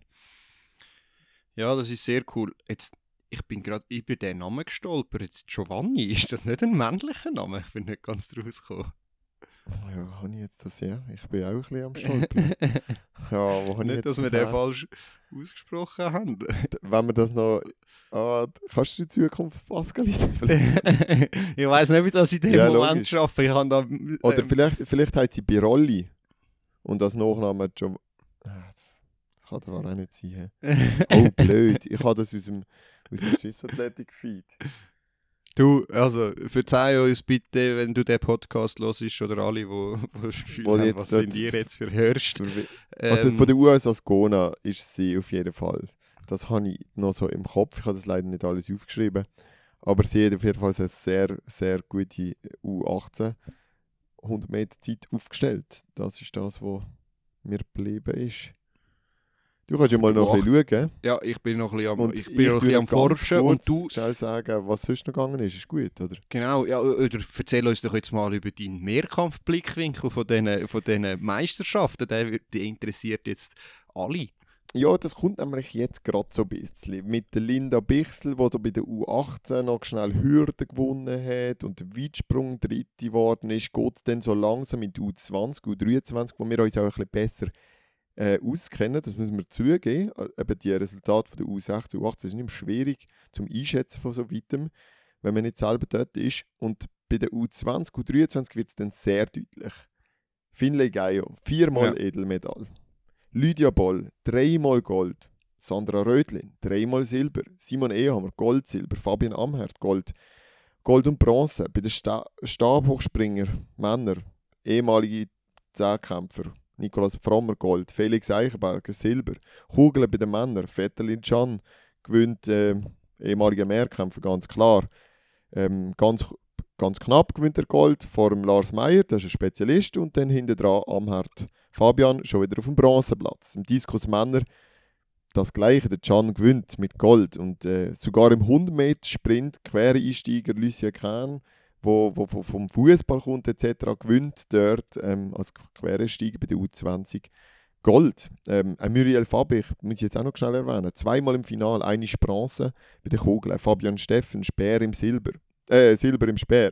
Ja, das ist sehr cool. Jetzt, ich bin gerade über den Namen gestolpert. Giovanni, ist das nicht ein männlicher Name? Ich bin nicht ganz draus gekommen. Ja, habe ich jetzt das ja? Ich bin auch ein bisschen am Stolpern. Ja, wo habe ich Nicht, jetzt dass wir das den her? falsch ausgesprochen haben. Wenn wir das noch... Ah, kannst du die Zukunft Pascal Ich weiss nicht, wie das in dem Ja, Moment logisch. schaffe. Ich habe da, ähm, Oder vielleicht, vielleicht heißt sie Birolli und als Nachname Giov... Ah, Das das kann doch auch nicht sein. hä? Oh, blöd. Ich habe das aus dem, aus dem Swiss Athletic Feed. Du, also verzeih uns bitte, wenn du den Podcast hörst oder alle, die wo, wo das Gefühl Wo haben, jetzt was dort- sind ihr jetzt für Hörst. Also Ähm, von der U S Ascona ist sie auf jeden Fall. Das habe ich noch so im Kopf. Ich habe das leider nicht alles aufgeschrieben. Aber sie hat auf jeden Fall eine sehr, sehr gute U achtzehn hundert Meter Zeit aufgestellt. Das ist das, was mir geblieben ist. Du kannst ja mal noch ein bisschen schauen. ja, ich bin noch ein bisschen am, Und ich bin noch ein tue bisschen am ganz Forschen und kurz du, schnell sagen, was sonst noch gegangen ist. Ist gut, oder? genau, ja, oder erzähl uns doch jetzt mal über deinen Mehrkampfblickwinkel von diesen, von diesen Meisterschaften. Der, der interessiert jetzt alle. Ja, das kommt nämlich jetzt gerade so ein bisschen. Mit der Linda Bichsel, die da bei der U achtzehn noch schnell Hürden gewonnen hat und der Weitsprung dritte geworden ist, geht dann so langsam in die U zwanzig, U dreiundzwanzig, wo wir uns auch ein bisschen besser äh, auskennen. Das müssen wir zugeben. Äh, eben die Resultate von der U sechzehn, U achtzehn sind immer schwierig zum Einschätzen von so weitem, wenn man nicht selber dort ist. Und bei der U zwanzig, U dreiundzwanzig wird es dann sehr deutlich. Finlay Gaio, viermal Ja. Edelmedaille. Lydia Boll, dreimal Gold. Sandra Rödlin, dreimal Silber. Simon Ehammer, Gold, Silber. Fabian Amherd, Gold. Gold und Bronze. Bei den Sta Stabhochspringer, Männer, ehemalige Zehnkämpfer. Nikolaus Frommer, Gold. Felix Eichenberger, Silber. Kugeln bei den Männern. Vettelin Can gewinnt, äh, ehemaliger Mehrkämpfer, ganz klar. Ähm, ganz, ganz knapp gewinnt er Gold vor dem Lars Meyer, das ist ein Spezialist. Und dann hinten dran Amherd Fabian schon wieder auf dem Bronzeplatz. Im Diskus Männer das gleiche, der Can gewinnt mit Gold. Und äh, sogar im hundert Meter Sprint Quereinsteiger Lucia Kern, wo, wo, wo vom Fußball kommt et cetera, gewinnt dort ähm, als Quereinsteiger bei der U zwanzig Gold. Ähm, ein Muriel Fabich, muss ich jetzt auch noch schnell erwähnen, zweimal im Finale, eine Bronze bei der Kugel. Fabian Steffen, Speer im Silber. Äh, Silber im Speer.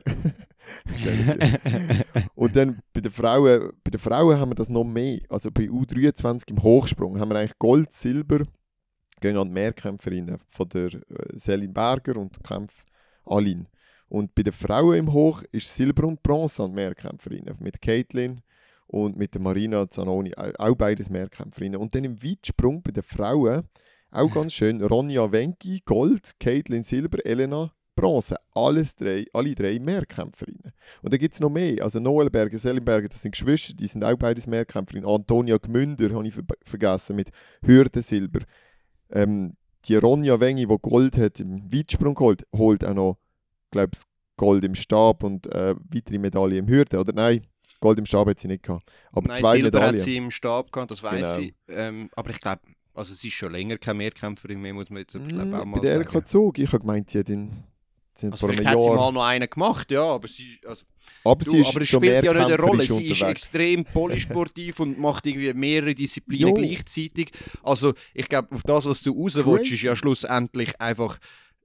Und dann bei den Frauen, bei den Frauen haben wir das noch mehr. Also bei U dreiundzwanzig im Hochsprung haben wir eigentlich Gold, Silber gehen an die Mehrkämpferinnen von der äh, Selin Berger und Kampf Alin. Und bei den Frauen im Hoch ist Silber und Bronze an die Mehrkämpferinnen. Mit Caitlin und mit der Marina Zanoni, auch beides Mehrkämpferinnen. Und dann im Weitsprung bei den Frauen auch ganz schön Ronja Wenki, Gold, Caitlin Silber, Elena Bronze. Alles drei, alle drei Mehrkämpferinnen. Und dann gibt es noch mehr. Also Noelberger, Selimberger, das sind Geschwister, die sind auch beides Mehrkämpferinnen. Antonia Gmünder habe ich ver vergessen mit Hürdensilber. Ähm, die Ronja Wengi, die Gold hat, im Weitsprung geholt, holt auch noch, glaube ich, Gold im Stab und äh, weitere Medaillen im Hürden. Oder nein, Gold im Stab hat sie nicht gehabt. Aber Nein, zwei Silber Medaillen. hat sie im Stab gehabt, das weiss Genau. ich. Ähm, aber ich glaube, also sie ist schon länger keine Mehrkämpferin mehr, muss man jetzt glaub, Mm, auch bei mal der L sagen. K Zug, ich habe gemeint, sie hat in, sie hat Also vor einem vielleicht hat sie Jahr... mal noch einen gemacht, ja, aber sie... Also, aber du, sie ist aber es schon spielt ja nicht eine Rolle. mehrkämpferisch Sie ist unterwegs. extrem polysportiv und macht irgendwie mehrere Disziplinen Jo. gleichzeitig. Also ich glaube, auf das, was du raus willst, ist ja schlussendlich einfach...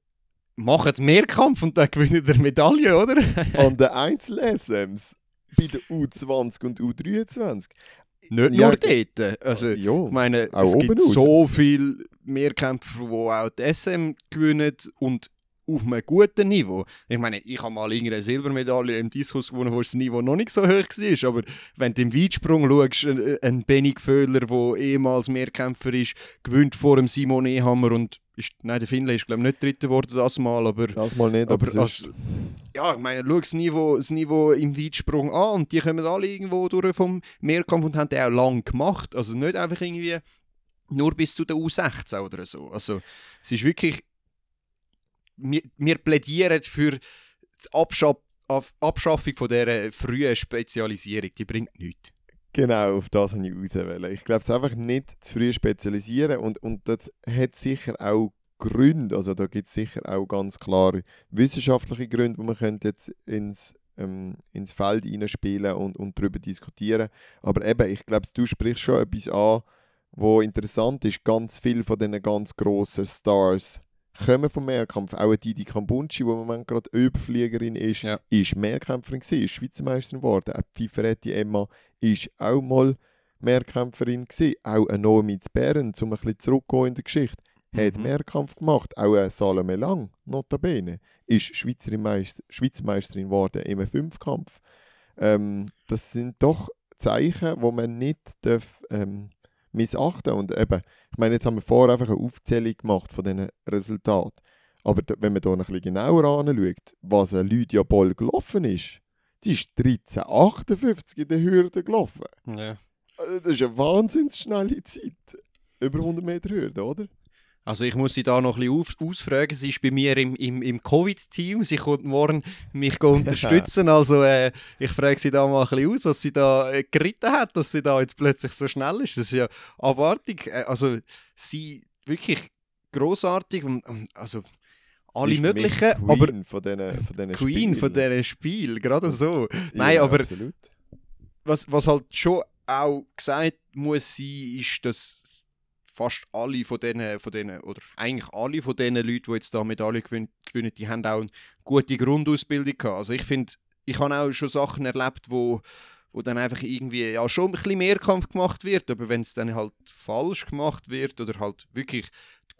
Macht Mehrkampf und dann gewinnt ihr Medaille, oder? An den Einzel-S Ms, bei der U zwanzig und U dreiundzwanzig. Nicht Ja, nur dort. Also, ja, ich meine, auch es oben gibt raus. so viele Mehrkämpfer, die auch die S M gewinnen und auf einem guten Niveau. Ich meine, ich habe mal irgendeine Silbermedaille im Diskus gewonnen, wo das Niveau noch nicht so hoch war, aber wenn du im Weitsprung schaust, ein, ein Benny Gföhler, der ehemals Mehrkämpfer ist, gewinnt vor dem Simon Ehammer und ist, nein, der Finlay ist glaube ich nicht Dritter geworden das Mal, aber... Das mal nicht, aber, aber sonst... als, ja, ich meine, schau das Niveau, das Niveau im Weitsprung an und die kommen alle irgendwo durch vom Mehrkampf und haben den auch lang gemacht. Also nicht einfach irgendwie nur bis zu der U sechzehn oder so. Also es ist wirklich... Wir, wir plädieren für die Abscha- Ab- Abschaffung von dieser frühen Spezialisierung. Die bringt nichts. Genau, auf das wollte ich rauswählen. Ich glaube, es ist einfach nicht zu früh spezialisieren und, und das hat sicher auch Gründe, also da gibt es sicher auch ganz klare wissenschaftliche Gründe, wo man könnte jetzt ins, ähm, ins Feld hineinspielen und, und darüber diskutieren. Aber eben, ich glaube, du sprichst schon etwas an, wo interessant ist. Ganz viele von diesen ganz grossen Stars kommen vom Mehrkampf. Auch Didi Kambunchi, die im Moment gerade Überfliegerin ist, Ja. ist Mehrkämpferin gewesen, ist Schweizer Meisterin geworden. Auch Pfifferetti Emma ist auch mal Mehrkämpferin gewesen. Auch eine Noemi Bern, um ein bisschen zurückzugehen in der Geschichte, hat Mhm. Mehrkampf gemacht. Auch eine Salome Lang, notabene, ist Schweizer, Meister, Schweizer Meisterin geworden im Fünfkampf. Ähm, das sind doch Zeichen, die man nicht darf, ähm, missachten. Und eben, ich meine, jetzt haben wir vorher einfach eine Aufzählung gemacht von diesen Resultaten. Aber da, wenn man hier ein bisschen genauer anschaut, was eine Lydia Boll gelaufen ist, die ist dreizehn achtundfünfzig in der Hürde gelaufen. Ja. Also das ist eine wahnsinnig schnelle Zeit. Über hundert Meter Hürde, oder? Also ich muss sie da noch ein bisschen auf, ausfragen. Sie ist bei mir im, im, im Covid-Team. Sie kommt morgen mich unterstützen. Also äh, ich frage sie da mal ein bisschen aus, was sie da äh, geritten hat, dass sie da jetzt plötzlich so schnell ist. Das ist ja abartig. Äh, also sie wirklich grossartig und, und also alle Sie ist für mich möglichen, Queen aber von diesen, von diesen Queen Spielen. von diesen Spielen, gerade so. Ja, Nein, aber absolut. was, was halt schon auch gesagt muss sein, ist, dass fast alle von denen, von denen, oder eigentlich alle von diesen Leuten, die jetzt da Medaillen gewinnen, gewinnen, die haben auch eine gute Grundausbildung gehabt. Also ich finde, ich habe auch schon Sachen erlebt, wo, wo dann einfach irgendwie ja, schon ein bisschen Mehrkampf gemacht wird, aber wenn es dann halt falsch gemacht wird oder halt wirklich die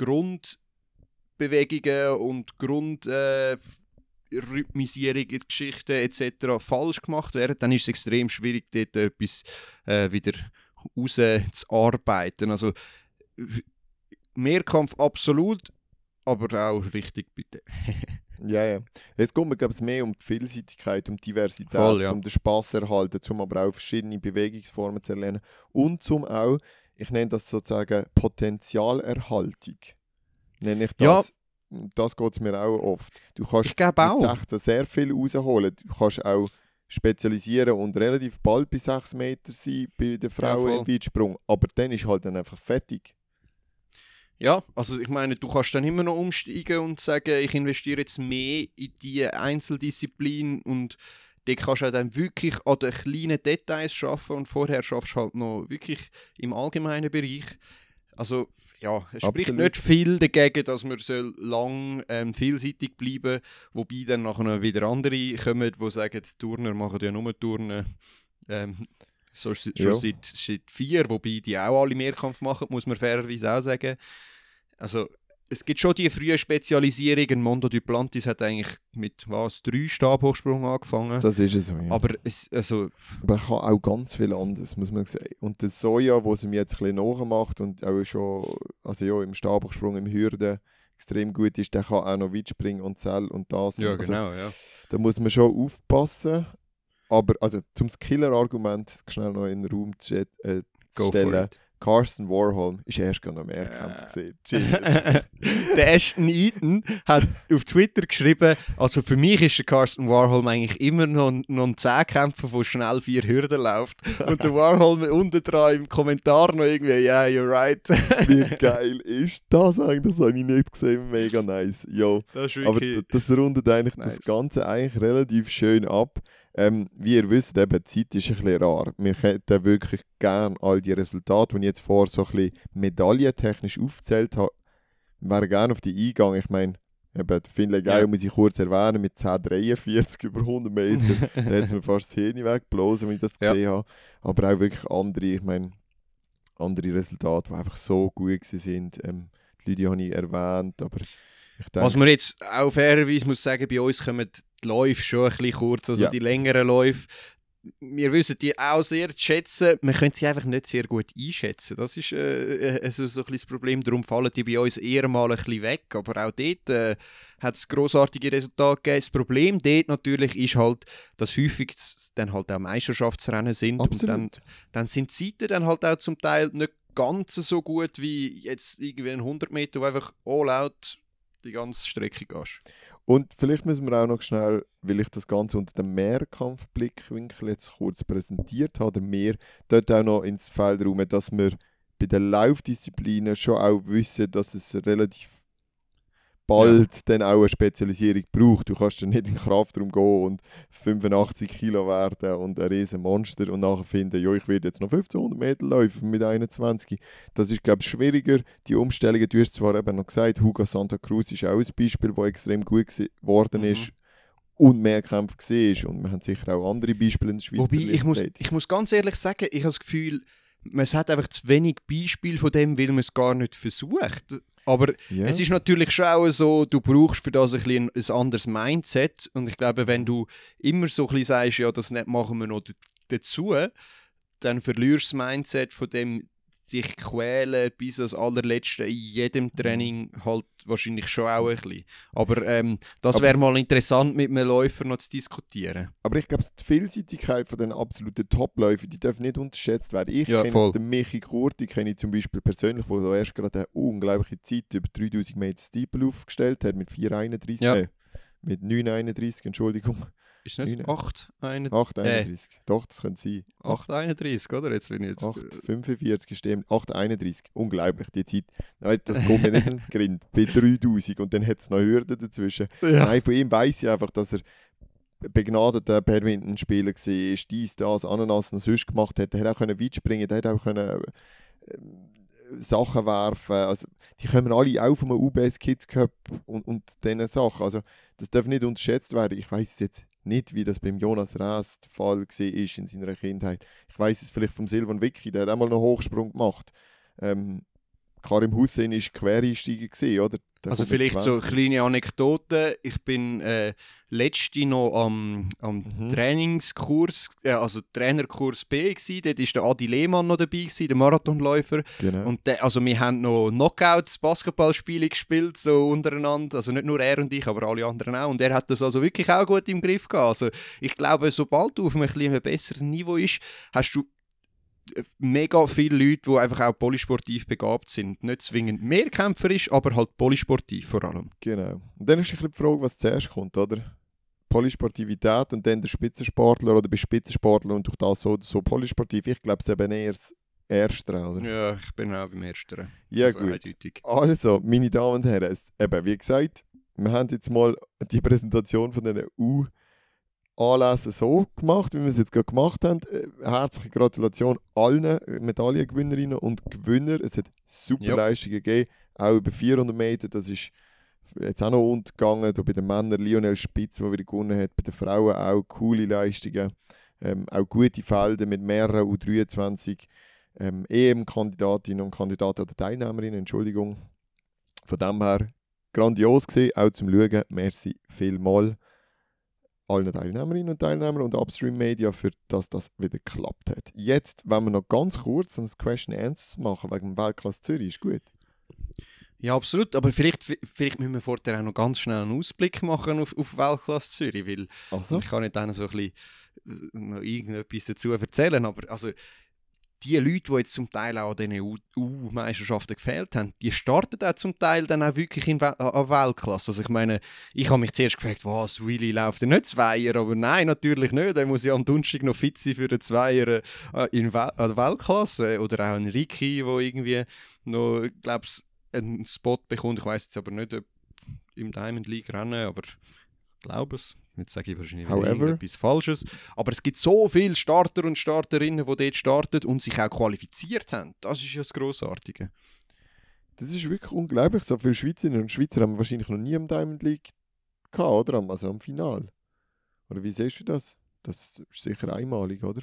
Grundbewegungen und Grund... Äh, Rhythmisierung in Geschichten et cetera falsch gemacht werden, dann ist es extrem schwierig, dort etwas äh, wieder rauszuarbeiten. Also Mehrkampf absolut, aber auch richtig bitte. Ja, ja. Es geht mir, glaube ich, mehr um die Vielseitigkeit, um die Diversität, Voll, ja. um den Spass zu erhalten, um aber auch verschiedene Bewegungsformen zu erlernen und zum auch, ich nenne das sozusagen Potenzialerhaltung. Nenne ich das. Ja. Das geht es mir auch oft. Du kannst Ich glaube mit auch. sechzehn sehr viel rausholen. Du kannst auch spezialisieren und relativ bald bei sechs Meter sein bei den Frauen Ja, im Weitsprung. Aber dann ist halt dann einfach fertig. Ja, also ich meine, du kannst dann immer noch umsteigen und sagen, ich investiere jetzt mehr in diese Einzeldisziplin und dort kannst du auch dann wirklich an den kleinen Details arbeiten und vorher schaffst du halt noch wirklich im allgemeinen Bereich. Also ja, es spricht Absolut. nicht viel dagegen, dass man soll lang ähm, vielseitig bleiben, wobei dann nachher wieder andere kommen, die sagen, die Turner machen ja nur Turnen. Ähm, so schon Ja. seit, seit vier, wobei die auch alle Mehrkampf machen, muss man fairerweise auch sagen. Also es gibt schon die frühe Spezialisierung. Mondo Duplantis hat eigentlich mit was, drei Stabhochsprung angefangen. Das ist es so, ja. Aber es, also, Aber ich kann auch ganz viel anderes, muss man sagen. Und das Soja, wo sie mir jetzt ein bisschen nachmacht und auch schon, also ja, im Stabhochsprung, im Hürden extrem gut ist, der kann auch noch weit springen und Zell und das. ja also, genau, ja. Da muss man schon aufpassen. Aber also zum Killer-Argument schnell noch in den Raum zu, äh, zu Go for stellen, it. Carsten Warholm ist erst gar noch mehr Kämpfe gesehen. Der Ashton Eaton hat auf Twitter geschrieben, also für mich ist der Carsten Warholm eigentlich immer noch, noch ein Zehnkämpfer, der schnell vier Hürden läuft. Und der Warholm unten dran im Kommentar noch irgendwie, yeah, you're right. Wie geil ist das eigentlich? Das habe ich nicht gesehen. Mega nice. Jo. Das ist Aber wirklich das rundet eigentlich nice. Das Ganze eigentlich relativ schön ab. Ähm, wie ihr wisst, eben, die Zeit ist ein bisschen rar. Wir hätten wirklich gerne all die Resultate, die ich jetzt vorher so ein bisschen medaillentechnisch aufgezählt habe, wären gerne auf die eingegangen. Ich meine, eben, Finlay Geil ja. muss ich kurz erwähnen, mit zehn Komma dreiundvierzig über hundert Meter. Da hat es mir fast das Hirn weggeblasen, wenn ich das gesehen ja. habe. Aber auch wirklich andere, ich meine, andere Resultate, die einfach so gut waren. Ähm, die Leute habe ich erwähnt, aber ich denke, was man jetzt auch fairerweise muss sagen, bei uns kommen die Läufe schon ein bisschen kurz, also ja. die längeren Läufe. Wir wissen die auch sehr zu schätzen, wir können sie einfach nicht sehr gut einschätzen. Das ist äh, also so ein bisschen das Problem, darum fallen die bei uns eher mal ein bisschen weg. Aber auch dort äh, hat es grossartige Resultate gegeben. Das Problem dort natürlich ist halt, dass häufig dann halt auch Meisterschaftsrennen sind. Absolut. Und dann, dann sind die Zeiten dann halt auch zum Teil nicht ganz so gut wie jetzt irgendwie ein hundert Meter, wo einfach all out die ganze Strecke gehst. Und vielleicht müssen wir auch noch schnell, weil ich das Ganze unter dem Mehrkampfblickwinkel jetzt kurz präsentiert habe, oder mehr, dort auch noch ins Feld räumen, dass wir bei den Laufdisziplinen schon auch wissen, dass es relativ bald ja. dann auch eine Spezialisierung braucht. Du kannst dann nicht in den Kraftraum gehen und fünfundachtzig Kilo werden und ein riesen Monster und nachher finden, ja, ich werde jetzt noch fünfzehnhundert Meter laufen mit einundzwanzig. Das ist, glaube ich, schwieriger. Die Umstellungen, du hast zwar eben noch gesagt, Hugo Santa Cruz ist auch ein Beispiel, das extrem gut geworden ist. Mhm. Und mehr Kämpfe gesehen ist. Und wir haben sicher auch andere Beispiele in der Schweiz. Wobei, ich muss, ich muss ganz ehrlich sagen, ich habe das Gefühl, man hat einfach zu wenig Beispiele von dem, weil man es gar nicht versucht. Aber yeah. es ist natürlich schon auch so, du brauchst für das ein, bisschen ein anderes Mindset. Und ich glaube, wenn du immer so ein bisschen sagst, ja, das nicht machen wir noch dazu, dann verlierst du das Mindset von dem, sich quälen bis das allerletzte in jedem Training halt wahrscheinlich schon auch ein bisschen. Aber ähm, das wäre mal interessant, mit einem Läufer noch zu diskutieren. Aber ich glaube, die Vielseitigkeit von den absoluten Top-Läufern, die darf nicht unterschätzt werden. Ich ja, kenne den Michi Kurti, kenne ich zum Beispiel persönlich, der so erst gerade eine unglaubliche Zeit über dreitausend Meter Steeple aufgestellt hat, mit vier Komma einunddreißig, ja. äh, mit neun Komma einunddreißig, Entschuldigung. Ist nicht acht Komma einunddreißig? acht Komma einunddreißig, äh. Doch, das könnte sein. acht Komma einunddreißig, oder? Jetzt bin ich jetzt... acht Komma fünfundvierzig stimmt, acht Komma einunddreißig, unglaublich, die Zeit. Nein, das kommt mir nicht in den Grind, bei dreitausend und dann hat es noch Hürden dazwischen. Ja. Nein, von ihm weiss ich einfach, dass er begnadeter Badmintonspieler war, dies, das, Ananas noch sonst gemacht hat. Er hätte auch können weit springen, er hätte auch können, äh, Sachen werfen. Also, die kommen alle auch vom U B S Kids Cup und, und diesen Sachen. Also, das darf nicht unterschätzt werden. Ich weiss jetzt nicht, wie das beim Jonas Räs der Fall war in seiner Kindheit. Ich weiss es vielleicht vom Silvan Vicky, der hat auch mal einen Hochsprung gemacht. Ähm, Karim Hussein war Quereinsteiger, oder? Der also vielleicht so eine kleine Anekdote. Ich bin äh, letzte noch am, am mhm. Trainingskurs, äh, also Trainerkurs B gsi. Dort war der Adi Lehmann noch dabei, gewesen, der Marathonläufer. Genau. Und der, also wir haben noch Knockouts, Basketballspiele gespielt, so untereinander. Also nicht nur er und ich, aber alle anderen auch. Und er hat das also wirklich auch gut im Griff gehabt. Also ich glaube, sobald du auf einem, einem besseren Niveau bist, hast du mega viele Leute, die einfach auch polysportiv begabt sind. Nicht zwingend Mehrkämpfer ist, aber halt polysportiv vor allem. Genau. Und dann ist ein bisschen die Frage, was zuerst kommt, oder? Polysportivität und dann der Spitzensportler oder bei Spitzensportler und durch das so, so polysportiv. Ich glaube, es ist eben eher das Erste, oder? Ja, ich bin auch beim Ersteren. Ja, also gut. Eindeutig. Also, meine Damen und Herren, es, eben, wie gesagt, wir haben jetzt mal die Präsentation von den U Anlässe so gemacht, wie wir es jetzt gerade gemacht haben. Herzliche Gratulation allen Medaillengewinnerinnen und Gewinner. Es hat super yep. Leistungen gegeben, auch über vierhundert Meter. Das ist jetzt auch noch untergegangen. Da bei den Männern Lionel Spitz, der wieder gewonnen hat. Bei den Frauen auch coole Leistungen. Ähm, auch gute Felder mit mehreren U dreiundzwanzig ähm, E M-Kandidatinnen und Kandidaten oder Teilnehmerinnen. Entschuldigung. Von dem her grandios gesehen, auch zum Schauen. Merci vielmals allen Teilnehmerinnen und Teilnehmern und Upstream Media, für dass das wieder geklappt hat. Jetzt, wenn wir noch ganz kurz ein Question and Answer machen wegen dem Weltklasse Zürich, ist gut. Ja, absolut. Aber vielleicht, vielleicht müssen wir vorher auch noch ganz schnell einen Ausblick machen auf, auf Weltklasse Zürich, weil also? ich kann nicht dann so ein bisschen noch irgendetwas dazu erzählen, aber also die Leute, die jetzt zum Teil auch an diesen U- U-Meisterschaften gefehlt haben, die starten auch zum Teil dann auch wirklich in We- an Weltklasse. Also ich meine, ich habe mich zuerst gefragt, was, Willy läuft ja nicht Zweier, aber nein, natürlich nicht. Er muss ja am Donnerstag noch fit sein für den Zweier äh, in We- an der Weltklasse. Oder auch ein Ricky, der irgendwie noch, glaube ich, einen Spot bekommt. Ich weiß jetzt aber nicht, ob im Diamond League rennen, aber ich glaube es. Jetzt sage ich wahrscheinlich wieder However. irgendetwas Falsches. Aber es gibt so viele Starter und Starterinnen, die dort starten und sich auch qualifiziert haben. Das ist ja das Grossartige. Das ist wirklich unglaublich. So viele Schweizerinnen und Schweizer haben wir wahrscheinlich noch nie am Diamond League gehabt, oder? Am- Also am Final. Oder wie siehst du das? Das ist sicher einmalig, oder?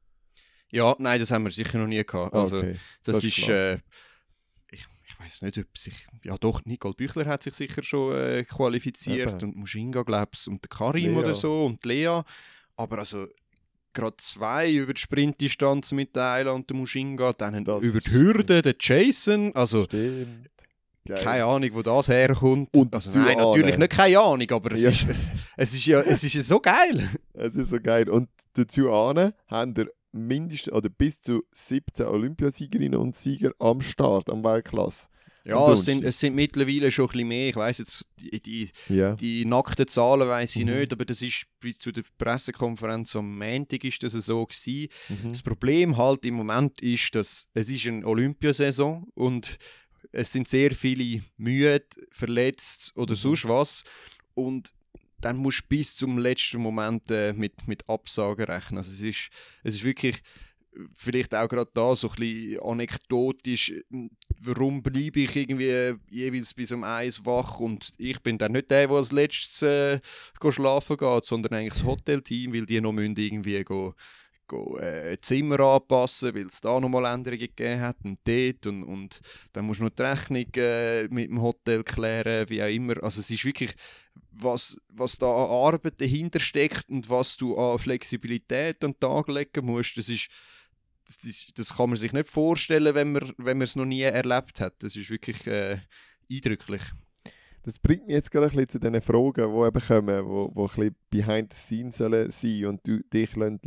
Ja, nein, das haben wir sicher noch nie gehabt. Ah, Also, okay. das, das ist... ist klar. Äh, ich ich weiß nicht, ob sich... Ja doch, Nicole Büchler hat sich sicher schon äh, qualifiziert. Eben. Und Mushinga, glaube ich, und der Karim Lea. oder so und die Lea. Aber also... Gerade zwei über die Sprintdistanz mit der Ayla und der Mushinga, dann Das über die Hürde der Jason, also Stimmt. Geil. keine Ahnung, wo das herkommt. Und also dazu nein, natürlich Ahne. nicht keine Ahnung, aber es, Ja. ist, es, es, ist ja, es ist ja so geil. Es ist so geil. Und dazu an haben wir mindestens oder bis zu siebzehn Olympiasiegerinnen und Sieger am Start, am Weltklasse. Ja, Am es sind, Donnerstag. es sind mittlerweile schon ein bisschen mehr. Ich weiss jetzt, die, die, Ja. die nackten Zahlen weiss ich Mhm. nicht, aber das ist bis zu der Pressekonferenz am Montag ist das so gewesen. Mhm. Das Problem halt im Moment ist, dass es ist eine Olympiasaison und es sind sehr viele müde, verletzt oder Mhm. sonst was. Und dann musst du bis zum letzten Moment äh, mit, mit Absagen rechnen. Also es ist, es ist wirklich vielleicht auch gerade da so ein bisschen anekdotisch, warum bleibe ich irgendwie jeweils bis um eins wach und ich bin dann nicht der, der als letztes äh, go schlafen geht, sondern eigentlich das Hotelteam, weil die noch müssen irgendwie go, go, äh, Zimmer anpassen, weil es da nochmal Änderungen gegeben hat und dort und, und dann musst du noch die Rechnung äh, mit dem Hotel klären, wie auch immer. Also es ist wirklich, was, was da an Arbeit dahinter steckt und was du an Flexibilität an den Tag legen musst, das ist Das, das, das kann man sich nicht vorstellen, wenn man, wenn man es noch nie erlebt hat. Das ist wirklich äh, eindrücklich. Das bringt mich jetzt gerade ein bisschen zu diesen Fragen, die eben kommen, wo, wo ein bisschen behind the scenes sollen sein und du dich lassen,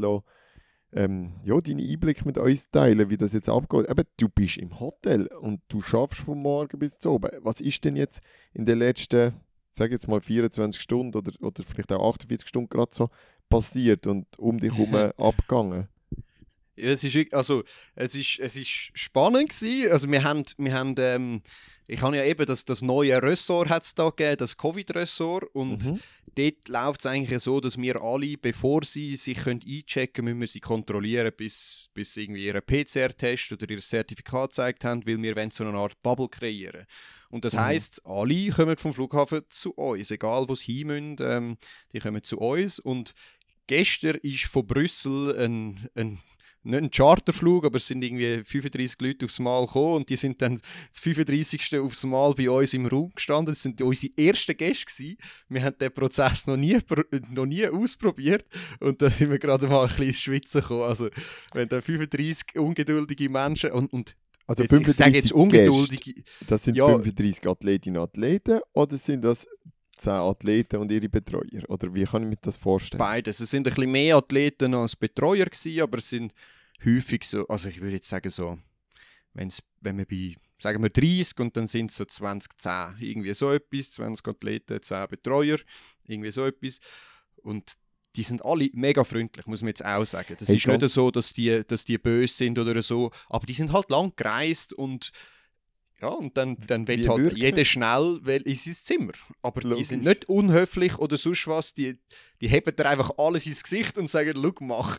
ähm, ja, deine Einblicke mit uns teilen, wie das jetzt abgeht. Eben, du bist im Hotel und du schaffst von morgen bis zu oben. Was ist denn jetzt in den letzten, sag jetzt mal vierundzwanzig Stunden oder, oder vielleicht auch achtundvierzig Stunden gerade so passiert und um dich herum abgegangen? Ja, es ist, wirklich- also, es ist, es ist spannend gewesen. Also wir haben, wir haben ähm, ich habe ja eben das, das neue Ressort hat's da gegeben, das Covid-Ressort und Mhm. dort läuft es eigentlich so, dass wir alle, bevor sie sich können einchecken können, müssen wir sie kontrollieren, bis, bis sie irgendwie ihren P C R-Test oder ihr Zertifikat gezeigt haben, weil wir wollen so eine Art Bubble kreieren. Und das Mhm. heisst, alle kommen vom Flughafen zu uns, egal wo sie hin müssen, ähm, die kommen zu uns. Und gestern ist von Brüssel ein, ein nicht ein Charterflug, aber es sind irgendwie fünfunddreissig Leute aufs Mal gekommen und die sind dann das fünfunddreissigste aufs Mal bei uns im Raum gestanden. Das sind unsere ersten Gäste gewesen. Wir haben den Prozess noch nie, noch nie ausprobiert und da sind wir gerade mal ein bisschen ins Schwitzen gekommen. Also wenn da fünfunddreissig ungeduldige Menschen und, und Also jetzt, ich sage jetzt ungeduldige, Gäste, das sind Ja. fünfunddreissig Athletinnen und Athleten oder sind das zehn Athleten und ihre Betreuer? Oder wie kann ich mir das vorstellen? beides. Es sind ein bisschen mehr Athleten als Betreuer gewesen, aber es sind häufig so, also ich würde jetzt sagen so, wenn's, wenn wir bei, sagen wir dreißig und dann sind es so zwanzig, zehn, irgendwie so etwas, zwanzig Athleten, zehn Betreuer, irgendwie so etwas. Und die sind alle mega freundlich, muss man jetzt auch sagen. Das Hey, ist ganz- nicht so, dass die, dass die böse sind oder so, aber die sind halt lang gereist und ja, und dann, dann will Wie halt wirken? jeder schnell will in sein Zimmer. Aber die sind Logisch. nicht unhöflich oder sonst was. Die, die heben dir einfach alles ins Gesicht und sagen, schau, mach.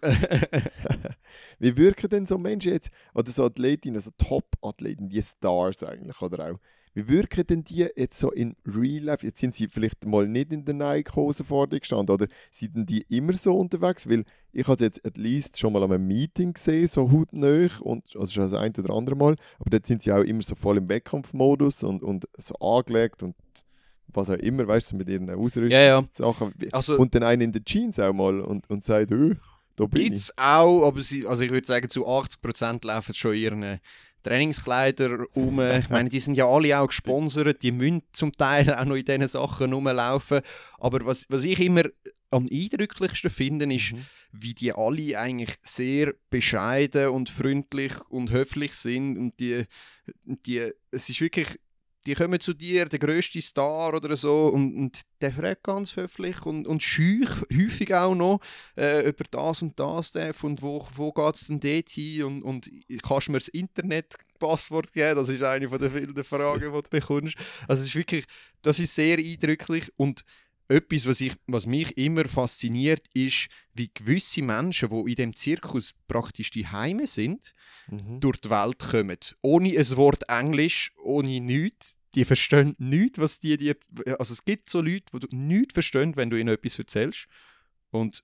Wie wirken denn so Menschen jetzt, oder so Athletinnen, so Top-Athleten, die Stars eigentlich, oder auch, wie wirken denn die jetzt so in Real Life? Jetzt sind sie vielleicht mal nicht in der Nike-Hose vor dir gestanden, oder sind denn die immer so unterwegs? Weil ich habe jetzt at least schon mal an einem Meeting gesehen, so hautnah, und, also schon das ein oder andere Mal, aber dort sind sie auch immer so voll im Wettkampfmodus und, und so angelegt und was auch immer, weißt du, mit ihren Ausrüstungssachen. Ja, ja. Also Und dann einen in den Jeans auch mal und, und sagt, «Hö, da bin gibt ich.» es auch, aber sie, also ich würde sagen, zu achtzig Prozent laufen schon ihren Trainingskleider um. Ich meine, die sind ja alle auch gesponsert, die müssen zum Teil auch noch in diesen Sachen rumlaufen. Aber was, was ich immer am eindrücklichsten finde, ist, Mhm. wie die alle eigentlich sehr bescheiden und freundlich und höflich sind. Und die, die, es ist wirklich, die kommen zu dir, der grösste Star oder so, und, und der fragt ganz höflich und, und schüch, häufig auch noch, äh, über das und das darf und wo, wo geht es denn dort hin und, und kannst du mir das Internetpasswort geben? Das ist eine von den vielen Fragen, die du bekommst. Also es ist wirklich, das ist sehr eindrücklich und etwas, was, ich, was mich immer fasziniert, ist, wie gewisse Menschen, die in diesem Zirkus praktisch die Heime sind, Mhm. durch die Welt kommen. Ohne ein Wort Englisch, ohne nichts. Die verstehen nichts, was die dir... Also es gibt so Leute, die du nichts verstehen, wenn du ihnen etwas erzählst. Und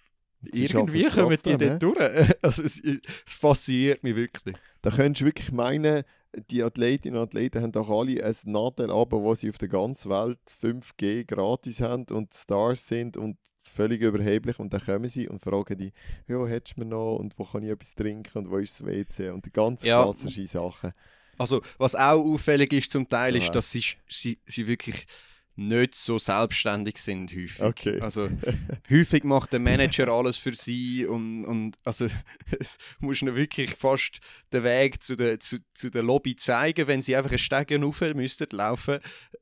Sie irgendwie schaffen es kommen die trotzdem, dort durch. Also es, es fasziniert mich wirklich. Da könntest du wirklich meinen, die Athletinnen und Athleten haben doch alle ein Nadel-Abo, wo sie auf der ganzen Welt fünf G gratis haben und Stars sind und völlig überheblich. Und dann kommen sie und fragen die, ja, hättest du mir noch und wo kann ich etwas trinken und wo ist das W C? Und die ganz Ja. klassischen Sachen. Also was auch auffällig ist zum Teil, So, ist, dass sie, sie, sie wirklich nicht so selbstständig sind häufig. Okay. Also häufig macht der Manager alles für sie und, und also es muss ihnen wirklich fast den Weg zu der, zu, zu der Lobby zeigen, wenn sie einfach einen Stegen rauf müssten laufen.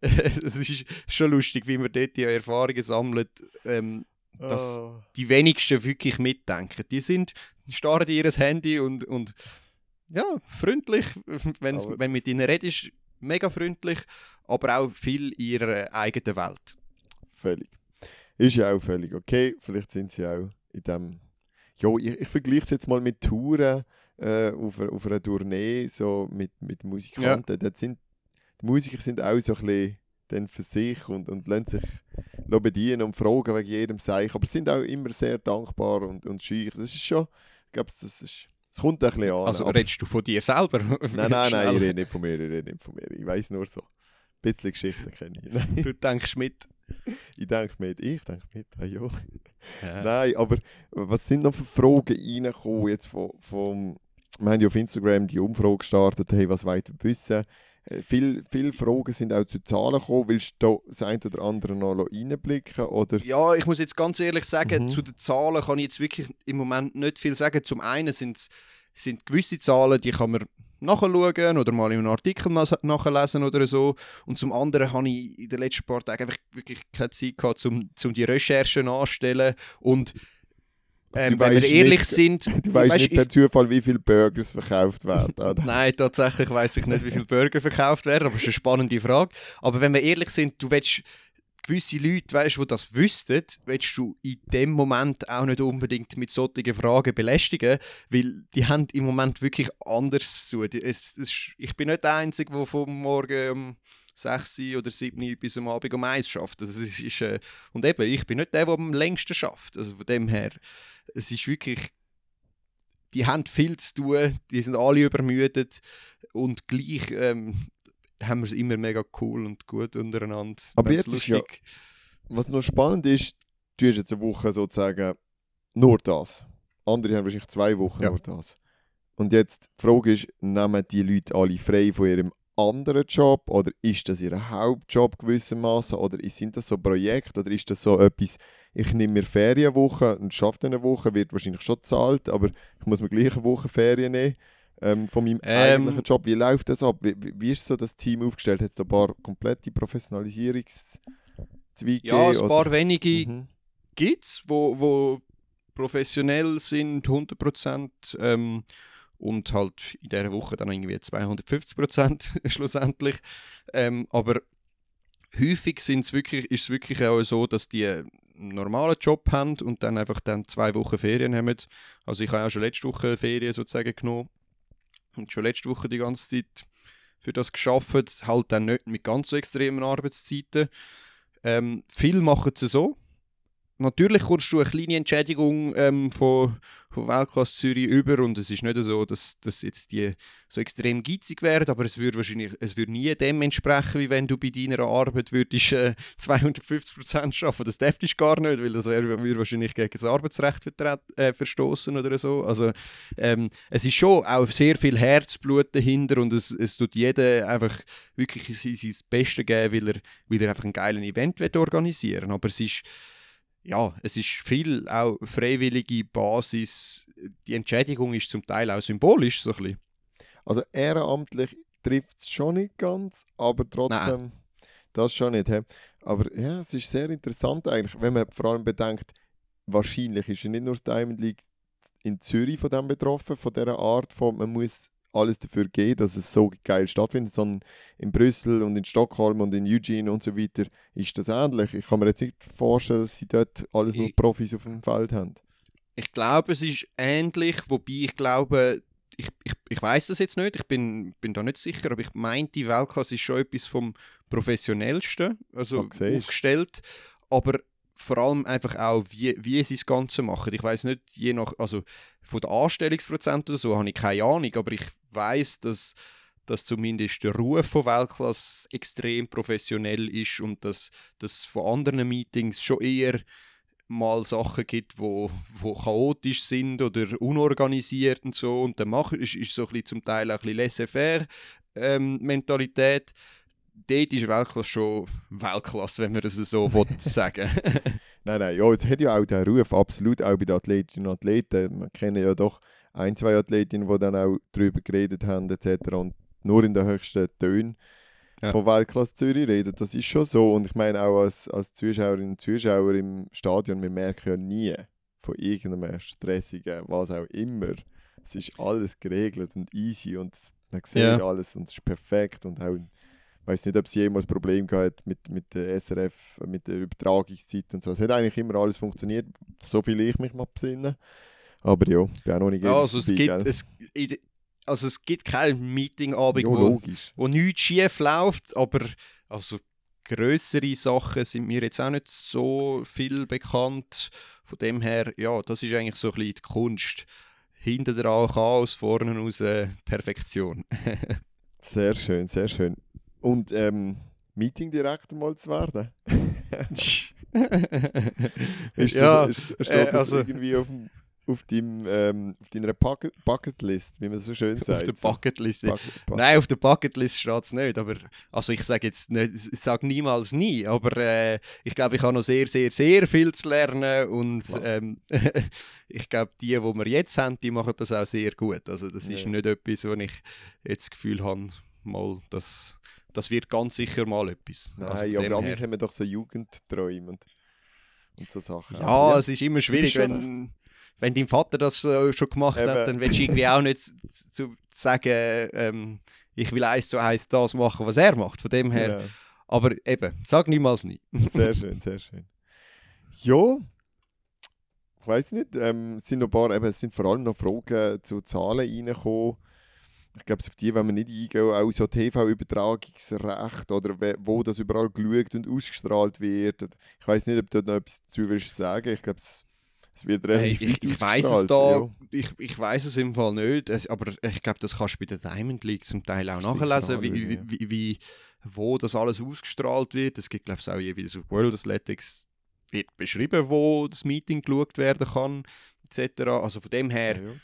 Es ist schon lustig, wie man dort die Erfahrungen sammelt, ähm, dass Oh. die wenigsten wirklich mitdenken. Die sind, die starren in ihr Handy und, und ja, freundlich, wenn's, Aber wenn mit ihnen redest, mega freundlich, aber auch viel in ihrer eigenen Welt. Völlig. Ist ja auch völlig okay. Vielleicht sind sie auch in dem... Ja, ich, ich vergleiche es jetzt mal mit Touren äh, auf, einer- auf einer Tournee, so mit, mit Musikanten. Dort sind, die Musiker sind auch so ein bisschen dann für sich und, und lassen sich lassen bedienen und fragen wegen jedem Seich. Aber sind auch immer sehr dankbar und, und schüch. Das ist schon... Ich glaube, das ist... Es kommt ein bisschen an. Also aber- redest du von dir selber? Nein, nein, nein, Schnell. ich rede nicht von mir, ich rede nicht von mir. Ich weiss nur so. Ein bisschen Geschichten kenne ich. Nein, Du denkst mit. ich denke mit, ich denke mit, ah, ja. Ja. Nein, aber was sind noch für Fragen reingekommen jetzt von, vom... Wir haben ja auf Instagram die Umfrage gestartet, hey, was wollt ihr wissen? Äh, Viele viel Fragen sind auch zu Zahlen gekommen. Willst du da das eine oder andere noch reinblicken? Oder? Ja, ich muss jetzt ganz ehrlich sagen, Mhm. zu den Zahlen kann ich jetzt wirklich im Moment nicht viel sagen. Zum einen sind sind gewisse Zahlen, die kann man nachschauen oder mal in einem Artikel nas- nachlesen oder so. Und zum anderen habe ich in den letzten paar Tagen einfach wirklich keine Zeit gehabt, um, um die Recherchen anzustellen. Und ähm, Du wenn wir weisst ehrlich nicht- sind... Du weißt weisst, nicht ich- per Zufall, wie viele Burgers verkauft werden. Oder? Nein, tatsächlich weiss ich nicht, wie viele Burger verkauft werden, aber es ist eine spannende Frage. Aber wenn wir ehrlich sind, du willst gewisse Leute, weißt, die das wüssten, willst du in dem Moment auch nicht unbedingt mit solchen Fragen belästigen, weil die haben im Moment wirklich anders zu tun. Die- Es, es, ist- ich bin nicht der Einzige, der vom Morgen um sechs oder sieben bis am Abend um eins schafft. Also es ist, äh, und eben, ich bin nicht der, der am längsten schafft. Also von dem her, es ist wirklich... Die haben viel zu tun, die sind alle übermüdet und gleich ähm, haben wir es immer mega cool und gut untereinander. Aber Wir haben's jetzt ist ja- lustig. Was noch spannend ist, du hast jetzt eine Woche sozusagen nur das. Andere haben wahrscheinlich zwei Wochen Ja. nur das. Und jetzt die Frage ist, nehmen die Leute alle frei von ihrem anderen Job oder ist das ihr Hauptjob gewissermaßen oder sind das so Projekte oder ist das so etwas, ich nehme mir Ferienwoche und schaffe eine Woche, wird wahrscheinlich schon gezahlt, aber ich muss mir gleich eine Woche Ferien nehmen ähm, von meinem Ähm, eigentlichen Job. Wie läuft das ab? Wie, wie wie ist so das Team aufgestellt? Hat es da ein paar komplette Professionalisierungszweige? Ja, ein oder? paar wenige Mhm. gibt es, wo, wo professionell sind, hundert Prozent. Ähm, und halt in dieser Woche dann irgendwie zweihundertfünfzig Prozent schlussendlich. Ähm, aber häufig sind's wirklich, ist es wirklich auch so, dass die einen normalen Job haben und dann einfach dann zwei Wochen Ferien haben. Also ich habe auch schon letzte Woche Ferien sozusagen genommen und schon letzte Woche die ganze Zeit für das geschafft, halt dann nicht mit ganz so extremen Arbeitszeiten. Ähm, viele machen es so. Natürlich kommst du eine kleine Entschädigung ähm, von, von Weltklasse Zürich über und es ist nicht so, dass, dass jetzt die so extrem geizig werden, aber es würde wahrscheinlich es würde nie dem entsprechen, wie wenn du bei deiner Arbeit würdest, äh, zweihundertfünfzig Prozent arbeiten. Das dürftest du gar nicht, weil das wäre würde wahrscheinlich gegen das Arbeitsrecht vertret, äh, verstoßen oder so. Also ähm, es ist schon auch sehr viel Herzblut dahinter und es, es tut jeder einfach wirklich sein, sein Bestes geben, weil er, weil er einfach einen geilen Event will organisieren will. Aber es ist ja, es ist viel auch freiwillige Basis. Die Entschädigung ist zum Teil auch symbolisch, so ein bisschen. Also ehrenamtlich trifft es schon nicht ganz, aber trotzdem, Nein. das schon nicht. He? Aber ja, es ist sehr interessant eigentlich, wenn man vor allem bedenkt, wahrscheinlich ist ja nicht nur das Diamond League in Zürich von dem betroffen, von dieser Art von, man muss alles dafür geben, dass es so geil stattfindet, sondern in Brüssel und in Stockholm und in Eugene und so weiter ist das ähnlich. Ich kann mir jetzt nicht vorstellen, dass sie dort alles nur Ich, Profis auf dem Feld haben. ich glaube, es ist ähnlich, wobei ich glaube, ich, ich, ich weiß das jetzt nicht, ich bin, bin da nicht sicher, aber ich meine, die Weltklasse ist schon etwas vom Professionellsten, also Ah, siehst. aufgestellt, aber vor allem einfach auch, wie, wie sie das Ganze machen. Ich weiß nicht, je nach, also von den Anstellungsprozenten oder so habe ich keine Ahnung, aber ich weiß, dass, dass zumindest der Ruf von Weltklasse extrem professionell ist und dass es von anderen Meetings schon eher mal Sachen gibt, wo, wo chaotisch sind oder unorganisiert und so. Und dann mach, ist, ist so ein bisschen zum Teil auch ein bisschen laissez-faire ähm, Mentalität. Dort ist Weltklasse schon Weltklasse, wenn man das so sagen will. Nein, nein, ja, es hat ja auch den Ruf, absolut, auch bei den Athletinnen und Athleten. Wir kennen ja doch ein, zwei Athletinnen, die dann auch darüber geredet haben, et cetera. Und nur in den höchsten Tönen Ja. von Weltklasse Zürich reden. Das ist schon so. Und ich meine auch als, als Zuschauerinnen und Zuschauer im Stadion, wir merken ja nie von irgendeinem stressigen, was auch immer. Es ist alles geregelt und easy und man sieht Ja. alles und es ist perfekt. Und auch, ich weiß nicht, ob es jemals ein Problem gab mit, mit der S R F, mit der Übertragungszeit und so. Es hat eigentlich immer alles funktioniert, so viel ich mich mal besinne. Aber ja, ich bin auch noch nicht Ja, also, es dabei, gibt, gell? es, in de- also es gibt kein Meetingabend, Ja, wo, logisch. wo nichts schief läuft, aber also grössere Sachen sind mir jetzt auch nicht so viel bekannt. Von dem her, ja, das ist eigentlich so ein bisschen die Kunst. Hinten dran Chaos, vorne raus äh, Perfektion. Sehr schön, sehr schön. Und ähm, Meetingdirektor mal zu werden? Ist ja, das, ist, steht äh, das also irgendwie auf, dem, auf, deinem, ähm, auf deiner Bucket, Bucketlist, wie man so schön sagt? auf der so? Bucketlist. Bucket, Bucket. Nein, auf der Bucketlist steht es nicht. Aber, also ich sage jetzt nicht, ich sage niemals nie, aber äh, ich glaube, ich habe noch sehr, sehr, sehr viel zu lernen und Wow. ähm, ich glaube, die, die wir jetzt haben, die machen das auch sehr gut. Also das ist Ja. nicht etwas, wo ich jetzt das Gefühl habe, mal, das, das wird ganz sicher mal etwas. Nein, Also von ja, dem aber her- manchmal haben wir doch so Jugendträume und, und so Sachen. Ja, Aber es ist immer bist schwierig, schon wenn, wenn dein Vater das äh, schon gemacht Eben. hat, dann willst du irgendwie auch nicht zu, zu sagen, ähm, ich will eins zu eins das machen, was er macht. Von dem her, Genau. aber eben, sag niemals nie. Sehr schön, sehr schön. Ja, ich weiß nicht, ähm, es sind noch ein paar, eben, es sind vor allem noch Fragen zu Zahlen reingekommen. Ich glaube, auf die wollen wir nicht eingehen, auch so T V-Übertragungsrecht oder we- wo das überall geschaut und ausgestrahlt wird. Ich weiß nicht, ob du da noch etwas dazu willst sagen. Ich glaube, es, es wird Hey, relativ ich weit ich weiß es ausgestrahlt, da, ja. ich, ich weiß es im Fall nicht, es, aber ich glaube, das kannst du bei der Diamond League zum Teil auch Sicher nachlesen, wie, anschauen, wie, ja. wie, wie, wo das alles ausgestrahlt wird. Es gibt, glaube ich, auch jeweils auf World Athletics wird beschrieben, wo das Meeting geschaut werden kann, et cetera. Also von dem her, Ja, ja.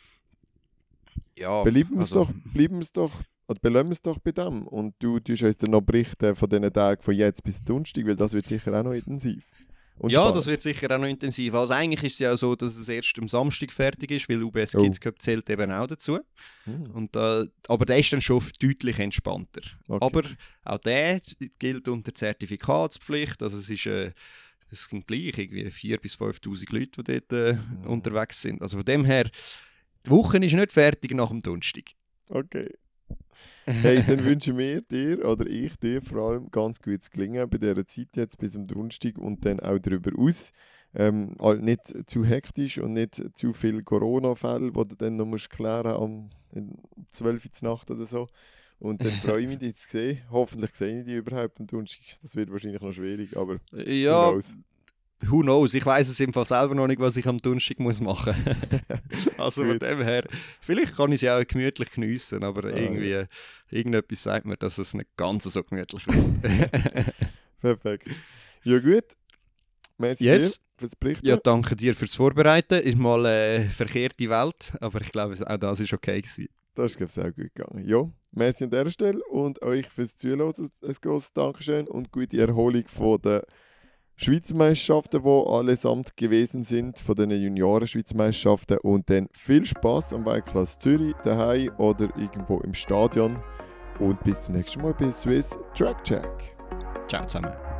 ja, Bleiben wir es also, doch, bleiben wir es doch, oder belassen wir es doch bei dem. Und du tust uns dann noch berichten von diesen Tagen von jetzt bis Donnerstag, weil das wird sicher auch noch intensiv. Und ja, spannend. das wird sicher auch noch intensiv. Also eigentlich ist es ja so, dass es erst am Samstag fertig ist, weil U B S Oh. Kids Cup zählt eben auch dazu. Hm, Und, äh, aber der ist dann schon deutlich entspannter. okay. Aber auch der gilt unter Zertifikatspflicht. Also es ist, äh, das sind gleich irgendwie viertausend bis fünftausend Leute, die dort äh, Ja. unterwegs sind. Also von dem her, die Woche ist nicht fertig nach dem Donnerstag. Okay. Hey, dann wünschen wir dir, oder ich dir vor allem, ganz gutes Gelingen bei dieser Zeit jetzt bis zum Donnerstag und dann auch darüber aus. Ähm, all- nicht zu hektisch und nicht zu viele Corona-Fälle, die du dann noch musst klären am um zwölf Uhr Nacht oder so. Und dann freue ich mich, dich zu sehen. Hoffentlich sehe ich dich überhaupt am Donnerstag. Das wird wahrscheinlich noch schwierig, aber Ja, who knows? who knows? Ich weiß es im Fall selber noch nicht, was ich am Donnerstag muss machen muss. Also von Gut. dem her, vielleicht kann ich es ja auch gemütlich geniessen, aber Ah, irgendwie, irgendetwas sagt mir, dass es nicht ganz so gemütlich wird. Perfekt. Ja gut. Merci Yes. dir fürs Berichten. Ja, danke dir fürs Vorbereiten. Ist mal eine verkehrte Welt, aber ich glaube, auch das war okay gewesen. Das ist, glaube ich, auch gut gegangen. Ja, merci an dieser Stelle und euch fürs Zuhören. Ein grosses Dankeschön und gute Erholung von der Schweizer Meisterschaften, die allesamt gewesen sind, von den Junioren-Schweizer Meisterschaften. Und dann viel Spass am Weltklasse Zürich, daheim oder irgendwo im Stadion. Und bis zum nächsten Mal bei Swiss Track Check. Ciao zusammen.